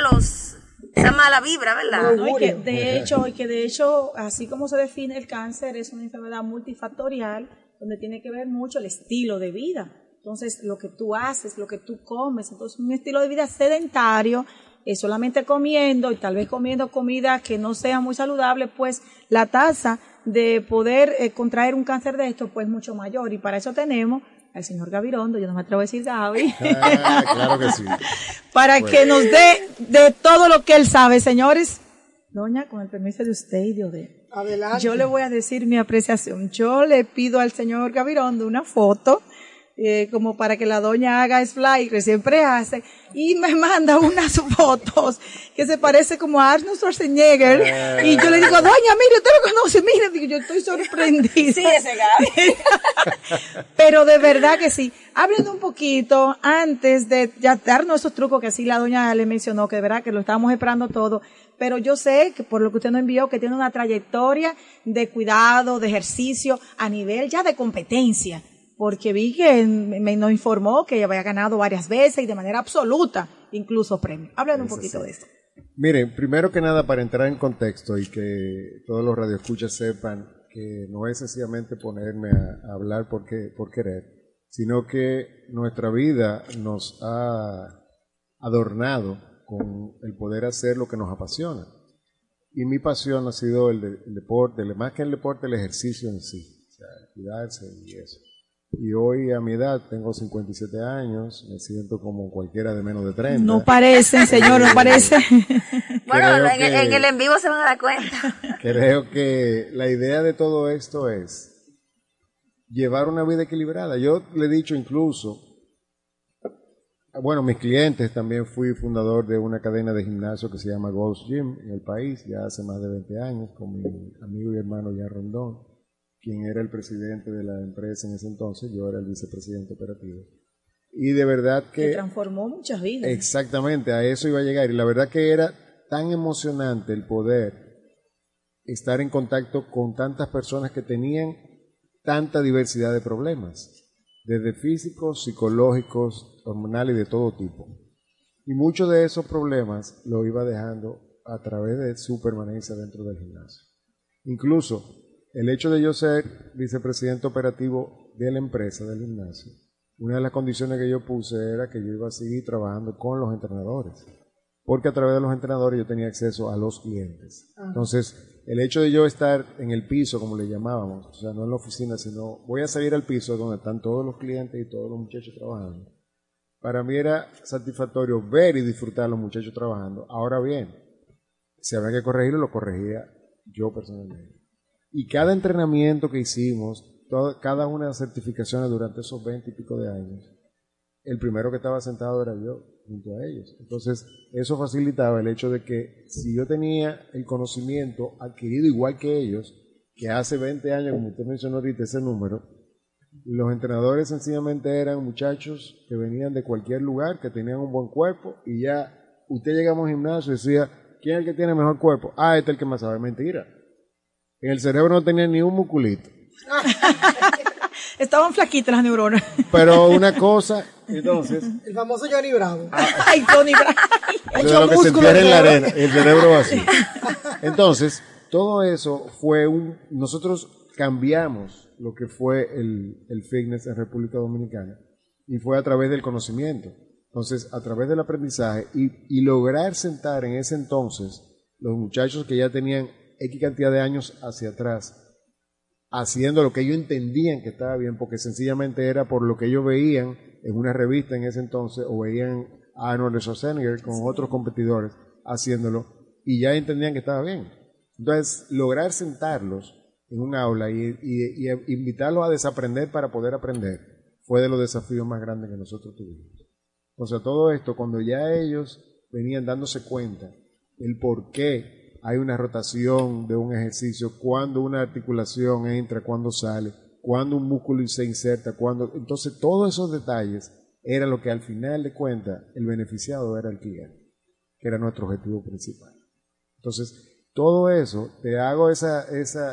mala vibra, ¿verdad? No, y que de hecho, así como se define el cáncer, es una enfermedad multifactorial donde tiene que ver mucho el estilo de vida. Entonces, lo que tú haces, lo que tú comes, entonces un estilo de vida sedentario, solamente comiendo y tal vez comiendo comida que no sea muy saludable, pues la tasa de poder contraer un cáncer de esto pues mucho mayor. Y para eso tenemos al señor Gabirondo, yo no me atrevo a decir Gaby, claro que sí, para que nos dé de todo lo que él sabe. Señores, doña, con el permiso de usted y de Odette, adelante. Yo le voy a decir mi apreciación. Yo le pido al señor Gabirondo una foto, como para que la doña haga slide, que siempre hace, y me manda unas fotos que se parece como a Arnold Schwarzenegger, y yo le digo, doña, mire, usted lo conoce, mire, digo, yo estoy sorprendida. Sí, ese Gaby. Pero de verdad que sí. Hablen un poquito antes de ya darnos esos trucos que así la doña le mencionó, que de verdad que lo estábamos esperando todo. Pero yo sé que por lo que usted nos envió, que tiene una trayectoria de cuidado, de ejercicio, a nivel ya de competencia. Porque vi que nos informó que había ganado varias veces y de manera absoluta, incluso premios. Hablen un poquito de eso. Miren, primero que nada, para entrar en contexto y que todos los radioescuchas sepan que no es sencillamente ponerme a hablar por querer, sino que nuestra vida nos ha adornado con el poder hacer lo que nos apasiona. Y mi pasión ha sido el deporte, más que el deporte, el ejercicio en sí, o sea, cuidarse y eso. Y hoy a mi edad, tengo 57 años, me siento como cualquiera de menos de 30. No parecen, señor, no parece. Bueno, en el en vivo se van a dar cuenta. Creo que la idea de todo esto es llevar una vida equilibrada. Yo le he dicho incluso, bueno, mis clientes, también fui fundador de una cadena de gimnasio que se llama Gold's Gym en el país, ya hace más de 20 años, con mi amigo y hermano Jan Rondón, quien era el presidente de la empresa en ese entonces, yo era el vicepresidente operativo. Y de verdad que transformó muchas vidas. Exactamente, a eso iba a llegar. Y la verdad que era tan emocionante el poder estar en contacto con tantas personas que tenían tanta diversidad de problemas, desde físicos, psicológicos, hormonales y de todo tipo. Y muchos de esos problemas lo iba dejando a través de su permanencia dentro del gimnasio. Incluso el hecho de yo ser vicepresidente operativo de la empresa, del gimnasio, una de las condiciones que yo puse era que yo iba a seguir trabajando con los entrenadores, porque a través de los entrenadores yo tenía acceso a los clientes. Entonces, el hecho de yo estar en el piso, como le llamábamos, o sea, no en la oficina, sino voy a salir al piso donde están todos los clientes y todos los muchachos trabajando. Para mí era satisfactorio ver y disfrutar a los muchachos trabajando. Ahora bien, si había que corregirlo, lo corregía yo personalmente. Y cada entrenamiento que hicimos, cada una de las certificaciones durante esos 20 y pico de años, el primero que estaba sentado era yo, junto a ellos. Entonces, eso facilitaba el hecho de que si yo tenía el conocimiento adquirido igual que ellos, que hace 20 años, como usted mencionó ahorita ese número, los entrenadores sencillamente eran muchachos que venían de cualquier lugar, que tenían un buen cuerpo, y ya usted llegaba a un gimnasio y decía, ¿quién es el que tiene mejor cuerpo? Ah, este es el que más sabe. Mentira. En el cerebro no tenía ni un musculito. Estaban flaquitas las neuronas. Pero una cosa, entonces... El famoso Johnny Bravo. Ay, Johnny Bravo. Eso es lo que se entierra en la arena, el cerebro vacío. Entonces, todo eso fue nosotros cambiamos lo que fue el fitness en República Dominicana y fue a través del conocimiento. Entonces, a través del aprendizaje y lograr sentar en ese entonces los muchachos que ya tenían X cantidad de años hacia atrás, haciendo lo que ellos entendían que estaba bien, porque sencillamente era por lo que ellos veían en una revista en ese entonces, o veían a Arnold Schwarzenegger con otros competidores haciéndolo, y ya entendían que estaba bien. Entonces, lograr sentarlos en un aula y invitarlos a desaprender para poder aprender, fue de los desafíos más grandes que nosotros tuvimos. Entonces, todo esto, cuando ya ellos venían dándose cuenta el por qué hay una rotación de un ejercicio, cuando una articulación entra, cuando sale, cuando un músculo se inserta, entonces todos esos detalles era lo que al final de cuentas el beneficiado era el cliente, que era nuestro objetivo principal. Entonces, todo eso, te hago ese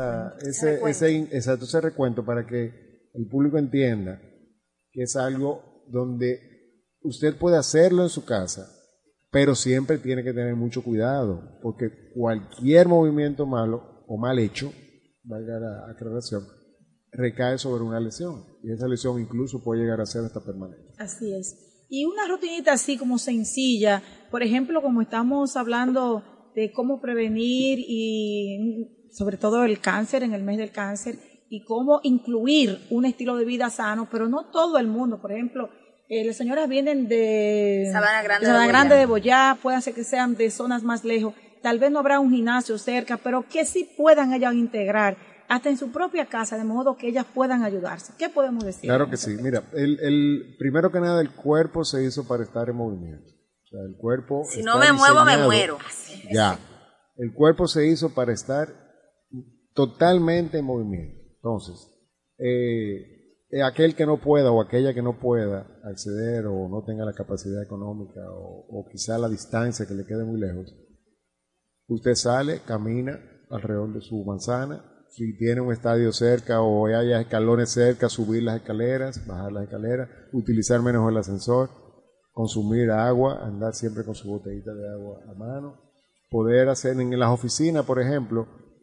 recuento para que el público entienda que es algo donde usted puede hacerlo en su casa, pero siempre tiene que tener mucho cuidado, porque cualquier movimiento malo o mal hecho, valga la aclaración, recae sobre una lesión, y esa lesión incluso puede llegar a ser hasta permanente. Así es. Y una rutinita así como sencilla, por ejemplo, como estamos hablando de cómo prevenir y sobre todo el cáncer, en el mes del cáncer, y cómo incluir un estilo de vida sano, pero no todo el mundo. Por ejemplo, las señoras vienen de Sabana Grande de Boyá, puede ser que sean de zonas más lejos, tal vez no habrá un gimnasio cerca, pero que sí puedan ellas integrar hasta en su propia casa, de modo que ellas pudan ayudarse. ¿Qué podemos decir? Claro que sí. Mira, primero que nada, el cuerpo se hizo para estar en movimiento. O sea, el cuerpo si no me muevo, me muero. Ya. El cuerpo se hizo para estar totalmente en movimiento. Entonces, aquel que no pueda o aquella que no pueda acceder o no tenga la capacidad económica o quizá la distancia que le quede muy lejos, usted sale, camina alrededor de su manzana, si tiene un estadio cerca o haya escalones cerca, subir las escaleras, bajar las escaleras, utilizar menos el ascensor, consumir agua, andar siempre con su botellita de agua a mano, poder hacer en las oficinas, por ejemplo,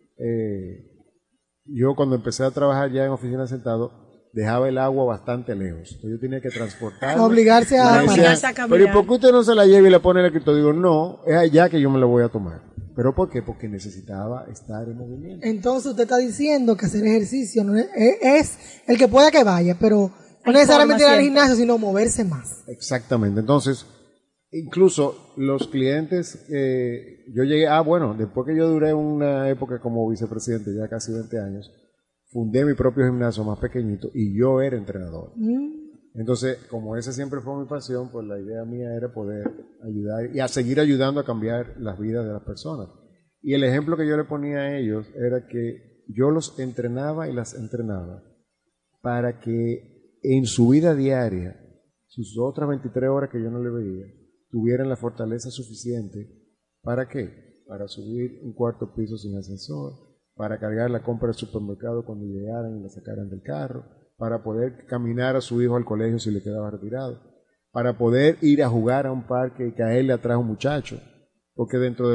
yo cuando empecé a trabajar ya en oficina sentado, dejaba el agua bastante lejos. Entonces yo tenía que transportarla. Obligarse a caminar. Pero ¿y por qué usted no se la lleva y la pone en el escritorio? Digo, no, es allá que yo me la voy a tomar. ¿Pero por qué? Porque necesitaba estar en movimiento. Entonces usted está diciendo que hacer ejercicio no es el que pueda que vaya, pero no necesariamente ir al gimnasio, sino moverse más. Exactamente. Entonces, incluso los clientes, yo llegué, después que yo duré una época como vicepresidente, ya casi 20 años, fundé mi propio gimnasio más pequeñito y yo era entrenador. Entonces, como esa siempre fue mi pasión, pues la idea mía era poder ayudar y a seguir ayudando a cambiar las vidas de las personas. Y el ejemplo que yo le ponía a ellos era que yo los entrenaba y las entrenaba para que en su vida diaria, sus otras 23 horas que yo no le veía, tuvieran la fortaleza suficiente. ¿Para qué? Para subir un cuarto piso sin ascensor, para cargar la compra del supermercado cuando llegaran y la sacaran del carro, para poder caminar a su hijo al colegio si le quedaba retirado, para poder ir a jugar a un parque y que a él le atrae un muchacho, porque dentro de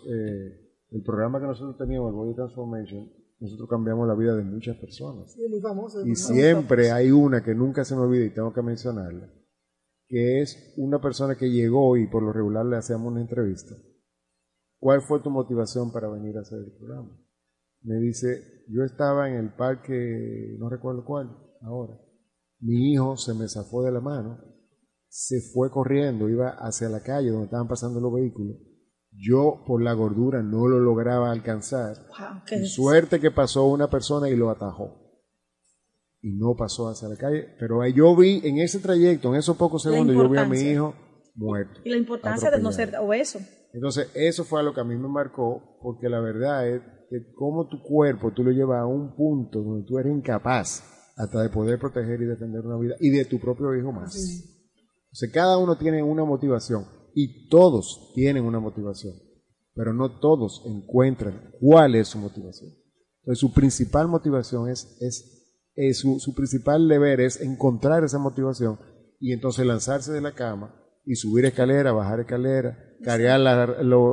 el programa que nosotros teníamos, el Body Transformation, nosotros cambiamos la vida de muchas personas. Sí, muy famoso. Y siempre hay una que nunca se me olvida y tengo que mencionarla, que es una persona que llegó y por lo regular le hacíamos una entrevista. ¿Cuál fue tu motivación para venir a hacer el programa? Me dice, yo estaba en el parque, no recuerdo cuál, ahora. Mi hijo se me zafó de la mano, se fue corriendo, iba hacia la calle donde estaban pasando los vehículos. Yo, por la gordura, no lo lograba alcanzar. Wow, suerte que pasó una persona y lo atajó. Y no pasó hacia la calle. Pero yo vi en ese trayecto, en esos pocos segundos, yo vi a mi hijo muerto. Y la importancia de no ser obeso. Entonces, eso fue lo que a mí me marcó, porque la verdad es que como tu cuerpo tú lo llevas a un punto donde tú eres incapaz hasta de poder proteger y defender una vida y de tu propio hijo más. Entonces, cada uno tiene una motivación y todos tienen una motivación, pero no todos encuentran cuál es su motivación. Entonces, su principal motivación es su principal deber es encontrar esa motivación y entonces lanzarse de la cama y subir escalera, bajar escalera, cargar la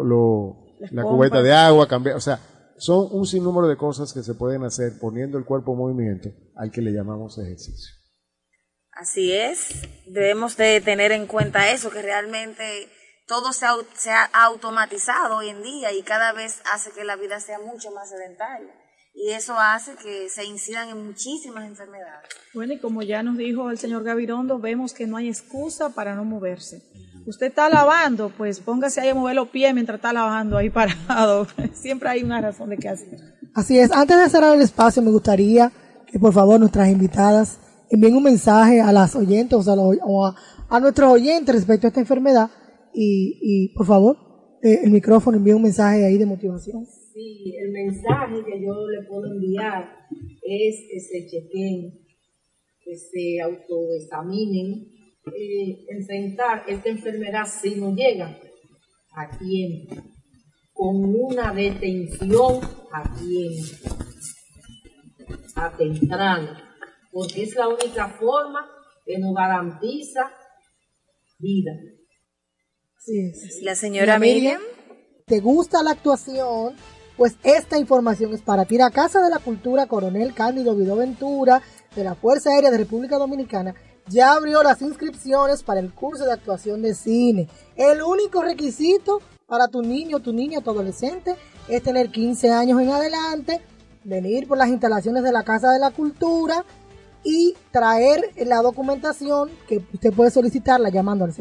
cubeta de agua, cambiar, o sea, son un sinnúmero de cosas que se pueden hacer poniendo el cuerpo en movimiento, al que le llamamos ejercicio. Así es, debemos de tener en cuenta eso, que realmente todo se ha automatizado hoy en día y cada vez hace que la vida sea mucho más sedentaria. Y eso hace que se incidan en muchísimas enfermedades. Bueno, y como ya nos dijo el señor Gabirondo, vemos que no hay excusa para no moverse. Usted está lavando, pues póngase ahí a mover los pies mientras está lavando ahí parado. Siempre hay una razón de qué hacer. Así es. Antes de cerrar el espacio, me gustaría que por favor nuestras invitadas envíen un mensaje a las oyentes o a nuestros oyentes respecto a esta enfermedad y por favor, el micrófono, envíe un mensaje ahí de motivación. Sí, el mensaje que yo le puedo enviar es que se chequen, que se autoexaminen, enfrentar esta enfermedad si no llega a tiempo, con una detención a tiempo, a temprano, porque es la única forma que nos garantiza vida. Así es. La señora Miriam. ¿Te gusta la actuación? Pues esta información es para ti. La Casa de la Cultura Coronel Cándido Vidó Ventura de la Fuerza Aérea de República Dominicana ya abrió las inscripciones para el curso de actuación de cine. El único requisito para tu niño, tu niña, tu adolescente es tener 15 años en adelante, venir por las instalaciones de la Casa de la Cultura y traer la documentación que usted puede solicitarla llamando al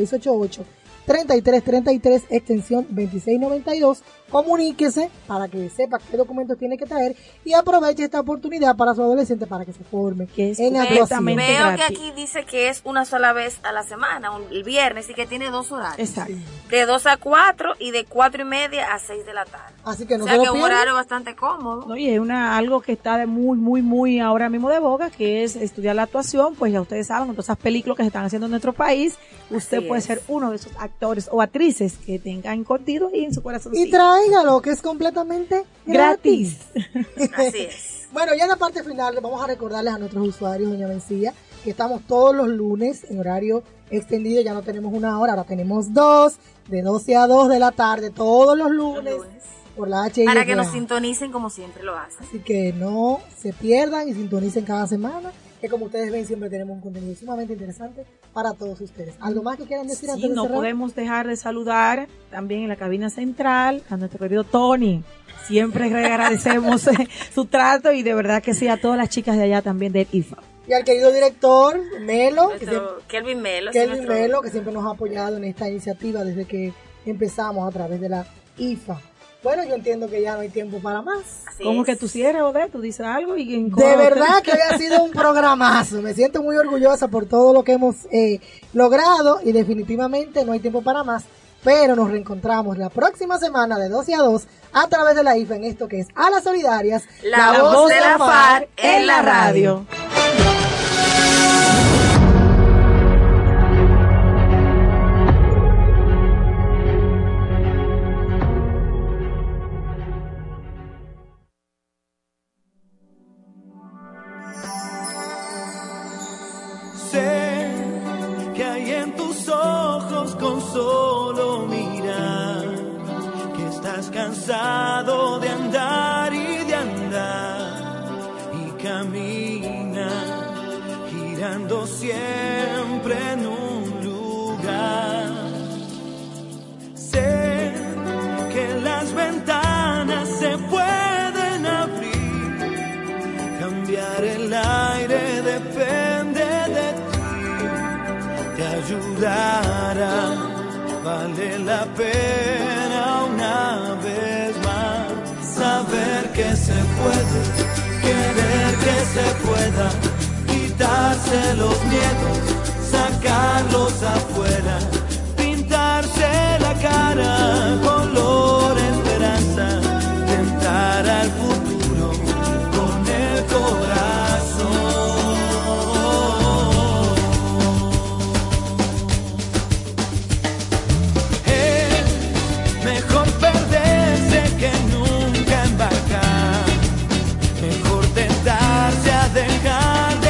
688-3333, extensión 2692. Comuníquese para que sepa qué documentos tiene que traer y aproveche esta oportunidad para su adolescente para que se forme en actuación. Veo que aquí dice que es una sola vez a la semana, el viernes, y que tiene 2 horarios. Exacto. De 2 a 4 y de 4:30 a 6 de la tarde. Así que no o sea se lo que un pierdan. horario bastante cómodo. No, y es algo que está de muy ahora mismo de boga, que es estudiar la actuación. Pues ya ustedes saben, en todas esas películas que se están haciendo en nuestro país, usted Así puede es. ser uno de esos actores o actrices que tengan contigo y en su corazón. Y tráigalo, que es completamente gratis. Así es. Bueno, ya en la parte final vamos a recordarles a nuestros usuarios, doña Mencía, que estamos todos los lunes en horario extendido. Ya no tenemos 1 hora, ahora tenemos 2, de 12 a 2 de la tarde, todos los lunes. Por la HIFA. Para que nos sintonicen como siempre lo hacen. Así que no se pierdan y sintonicen cada semana, que como ustedes ven siempre tenemos un contenido sumamente interesante para todos ustedes. ¿Algo más que quieran decir antes de no cerrar? podemos dejar de saludar también en la cabina central a nuestro querido Tony. Siempre le agradecemos su trato y de verdad que sí a todas las chicas de allá también del IFA. Y al querido director Melo, Kelvin Melo, que siempre nos ha apoyado en esta iniciativa desde que empezamos a través de la IFA. Bueno, yo entiendo que ya no hay tiempo para más. ¿Cómo que tú cierres, Odette? Tú dices algo y en De verdad que hoy ha sido un programazo. Me siento muy orgullosa por todo lo que hemos logrado y definitivamente no hay tiempo para más. Pero nos reencontramos la próxima semana de 12 a 2 a través de la IFA en esto que es A las Solidarias, la voz de la FAR en la radio. Sé que hay en tus ojos con solo mirar que estás cansado de andar y de andar y camina girando siempre en un lugar. Sé que las ventanas se pueden abrir, cambiar el aire depende de ti. Te ayudará, vale la pena una vez más saber que se puede, querer que se pueda, quitarse los miedos, sacarlos afuera, pintarse la cara, color esperanza, tentar al futuro con el corazón. Mejor perderse que nunca embarcar, mejor tentarse a dejar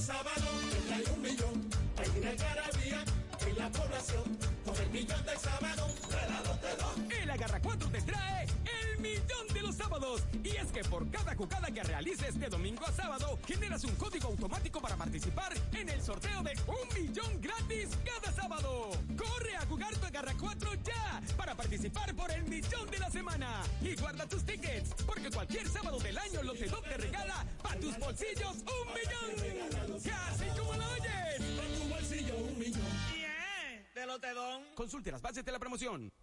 sábado trae 1 millón. Hay una algarabía en la población con el millón del sábado de la Lotedom. El Agarra 4 te trae el millón de los sábados. Y es que por cada jugada que realices de domingo a sábado, generas un código automático para participar en el sorteo de 1 millón gratis cada sábado. Corre a jugar tu Agarra 4 ya para participar por el millón de la semana. Y guarda tus tickets, porque cualquier sábado del año Lotedom te regala para tus bolsillos 1 millón. Casi como lo oyes. Para tu bolsillo 1 millón. De Lotedom. Consulte las bases de la promoción.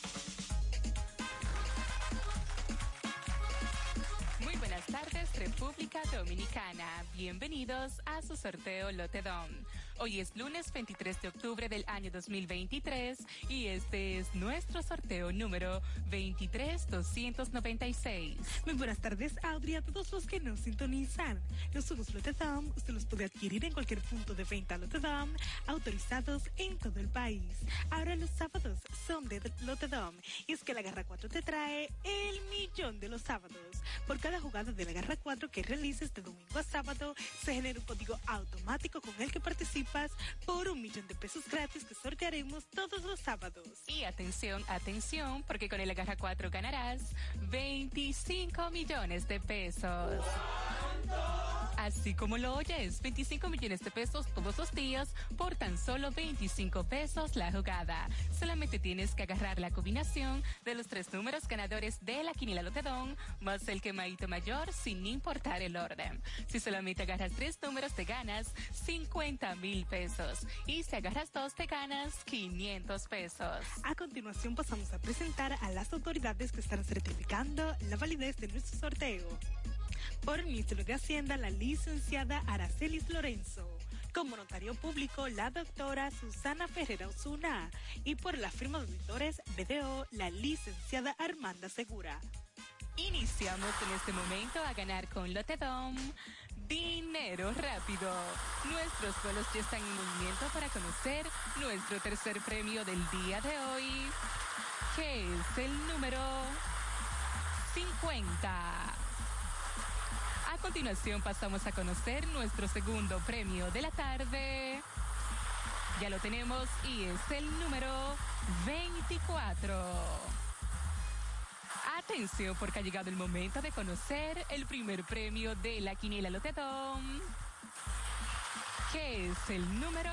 Muy buenas tardes, República Dominicana. Bienvenidos a su sorteo Lotedom. Hoy es lunes 23 de octubre del año 2023 y este es nuestro sorteo número 23296. Muy buenas tardes, Audrey, a todos los que nos sintonizan. Los juegos Lotedom usted los puede adquirir en cualquier punto de venta Lotedom autorizados en todo el país. Ahora los sábados son de Lotedom y es que la Garra 4 te trae el millón de los sábados. Por cada jugada de la Garra 4 que realices de domingo a sábado, se genera un código automático con el que participas por 1 millón de pesos gratis que sortearemos todos los sábados. Y atención, atención, porque con el Agarra 4 ganarás 25 millones de pesos. Así como lo oyes, 25 millones de pesos todos los días por tan solo 25 pesos la jugada. Solamente tienes que agarrar la combinación de los 3 números ganadores de la quiniela Lotedom más el quemadito mayor sin importar el orden. Si solamente agarras 3 números te ganas 50,000 pesos y si agarras 2 te ganas 500 pesos. A continuación pasamos a presentar a las autoridades que están certificando la validez de nuestro sorteo. Por el Ministerio de Hacienda, la licenciada Aracelis Lorenzo. Como notario público, la doctora Susana Ferreira Osuna. Y por la firma de auditores BDO, la licenciada Armanda Segura. Iniciamos en este momento a ganar con Lotedom dinero rápido. Nuestros vuelos ya están en movimiento para conocer nuestro tercer premio del día de hoy, que es el número 50. A continuación pasamos a conocer nuestro segundo premio de la tarde. Ya lo tenemos y es el número 24. Atención porque ha llegado el momento de conocer el primer premio de la quiniela Lotedom, que es el número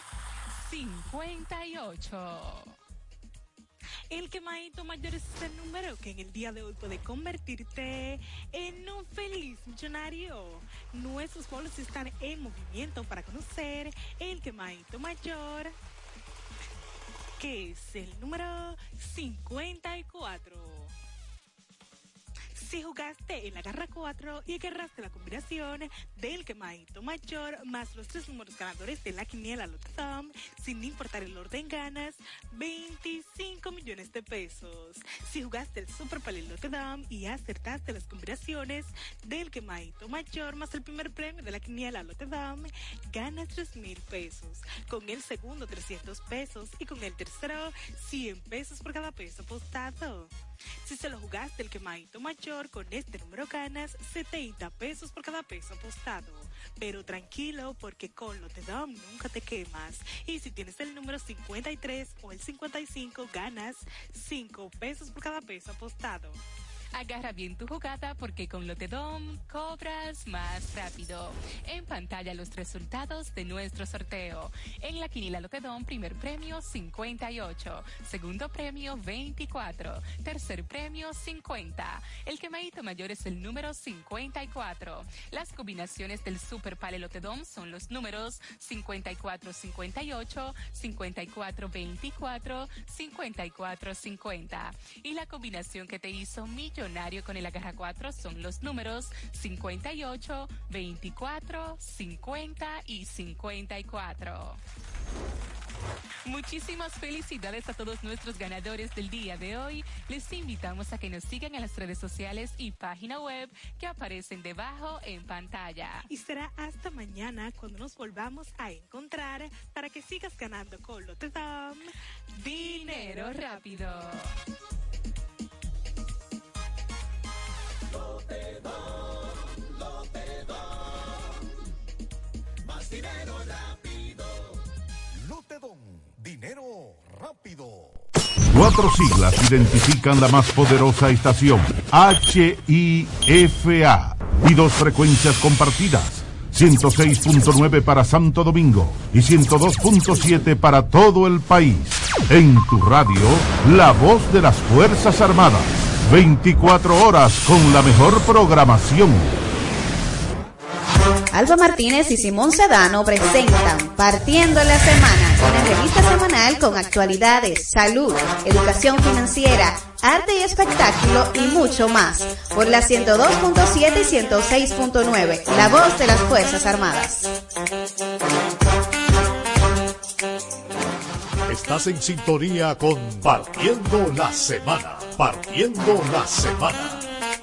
58. El quemadito mayor es el número que en el día de hoy puede convertirte en un feliz millonario. Nuestros bolos están en movimiento para conocer el quemadito mayor, que es el número 54. Si jugaste en la Garra 4 y agarraste la combinación del quemadito mayor más los 3 números ganadores de la quiniela Lotedom, sin importar el orden, ganas 25 millones de pesos. Si jugaste el Super Palel Lotedom y acertaste las combinaciones del quemadito mayor más el primer premio de la quiniela Lotedom, ganas 3,000 pesos. Con el segundo 300 pesos y con el tercero 100 pesos por cada peso apostado. Si se lo jugaste el quemadito mayor, con este número ganas 70 pesos por cada peso apostado. Pero tranquilo, porque con Lotedom nunca te quemas. Y si tienes el número 53 o el 55, ganas 5 pesos por cada peso apostado. Agarra bien tu jugada porque con Lotedom cobras más rápido. En pantalla los resultados de nuestro sorteo. En la quiniela Lotedom, primer premio 58, segundo premio 24, tercer premio 50. El quemadito mayor es el número 54. Las combinaciones del Super Palel Lotedom son los números 54-58, 54-24, 54-50. Y la combinación que te hizo millonario con el Agarra 4 son los números 58, 24, 50 y 54. Muchísimas felicidades a todos nuestros ganadores del día de hoy. Les invitamos a que nos sigan en las redes sociales y página web que aparecen debajo en pantalla. Y será hasta mañana cuando nos volvamos a encontrar para que sigas ganando con Lotedom dinero rápido. Lotedom, Lotedom, más Dinero rápido. 4 siglas identifican la más poderosa estación, HIFA, y 2 frecuencias compartidas, 106.9 para Santo Domingo y 102.7 para todo el país. En tu radio, la voz de las Fuerzas Armadas, 24 horas con la mejor programación. Alba Martínez y Simón Sedano presentan Partiendo la Semana, una revista semanal con actualidades, salud, educación financiera, arte y espectáculo y mucho más. Por la 102.7 y 106.9, la voz de las Fuerzas Armadas. Estás en sintonía con Partiendo la Semana. Partiendo la Semana.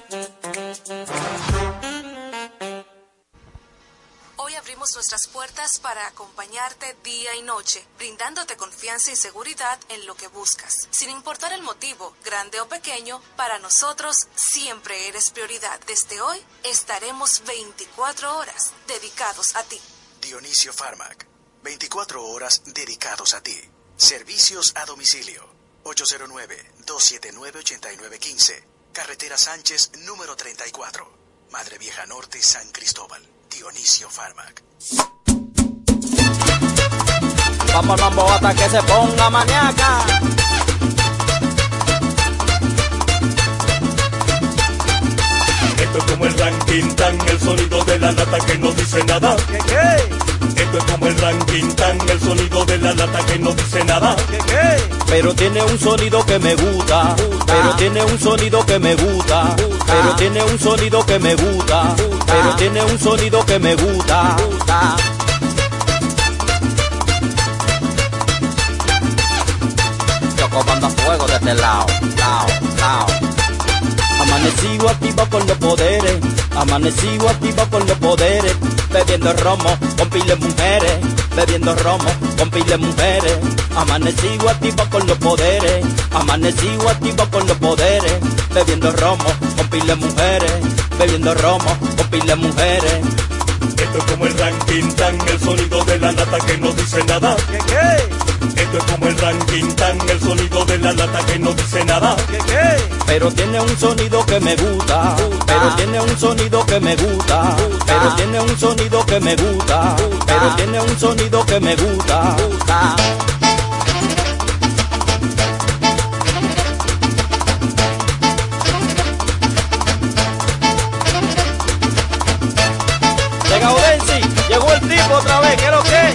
Hoy abrimos nuestras puertas para acompañarte día y noche, brindándote confianza y seguridad en lo que buscas. Sin importar el motivo, grande o pequeño, para nosotros siempre eres prioridad. Desde hoy estaremos 24 horas dedicados a ti. Dionisio Pharmac, 24 horas dedicados a ti. Servicios a domicilio, 809-279-8915, Carretera Sánchez, número 34, Madre Vieja Norte, San Cristóbal. Dionisio Pharmac. Vamos al mambo hasta que se ponga maníaca. Esto es como el ranking tan, el sonido de la lata que no dice nada. Esto es como el ranking tan, el sonido de la lata que no dice nada. Pero tiene un sonido que me gusta. Pero tiene un sonido que me gusta. Pero tiene un sonido que me gusta. Pero tiene un sonido que me gusta. Choco banda fuego de este lado, lado. Amanecido activo con los poderes, amanecido activo con los poderes, bebiendo romo con piles mujeres, bebiendo romo con piles mujeres, amanecido activo con los poderes, amanecido activo con los poderes, bebiendo romo con piles mujeres, bebiendo romo con piles mujeres. Esto es como el ranking tan, el sonido de la lata que no dice nada. Esto es como el ranking tan, el sonido de la lata que no dice nada. Pero tiene un sonido que me gusta. Pero tiene un sonido que me gusta. Pero tiene un sonido que me gusta. Pero tiene un sonido que me gusta. Llega Odensi, llegó el tipo otra vez, ¿qué es lo que?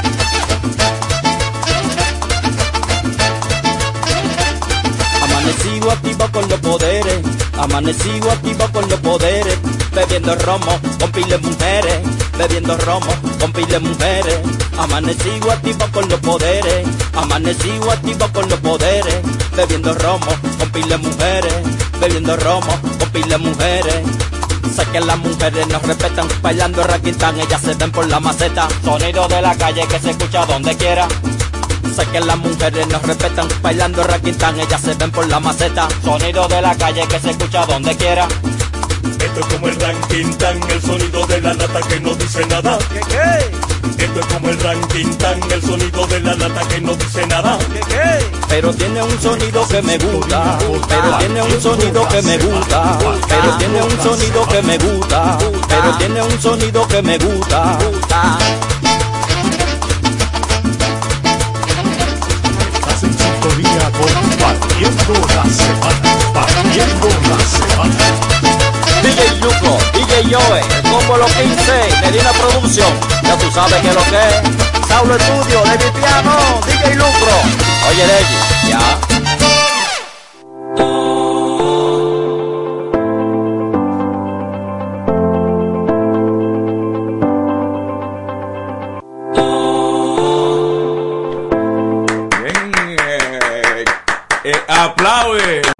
Amanecido activo con los poderes, amanecido activo con los poderes, bebiendo romo con piles mujeres, bebiendo romo con piles mujeres, amanecido activo con los poderes, amanecido activo con los poderes, bebiendo romo con piles mujeres, bebiendo romo con piles mujeres. Sé que las mujeres nos respetan, bailando raquitán, ellas se ven por la maceta, sonido de la calle que se escucha donde quiera. Sé que las mujeres nos respetan, bailando raquitán, ellas se ven por la maceta, sonido de la calle que se escucha donde quiera. Esto es como el ranking tan, el sonido de la lata que no dice nada. Esto es como el ranking tan, el sonido de la lata que no dice nada. Pero tiene un sonido que me gusta. Pero tiene un sonido que me gusta. Pero tiene un sonido que me gusta. Pero tiene un sonido que me gusta. Estás en sintonía con Partiendo la Semana. Partiendo la Semana. DJ Lucro, DJ Joe, el combo Los 15, Medina Producción, ya tú sabes que lo que es. Saulo Estudio, David Piano, DJ Lucro. Oye, Reggie, ya. Aplaude.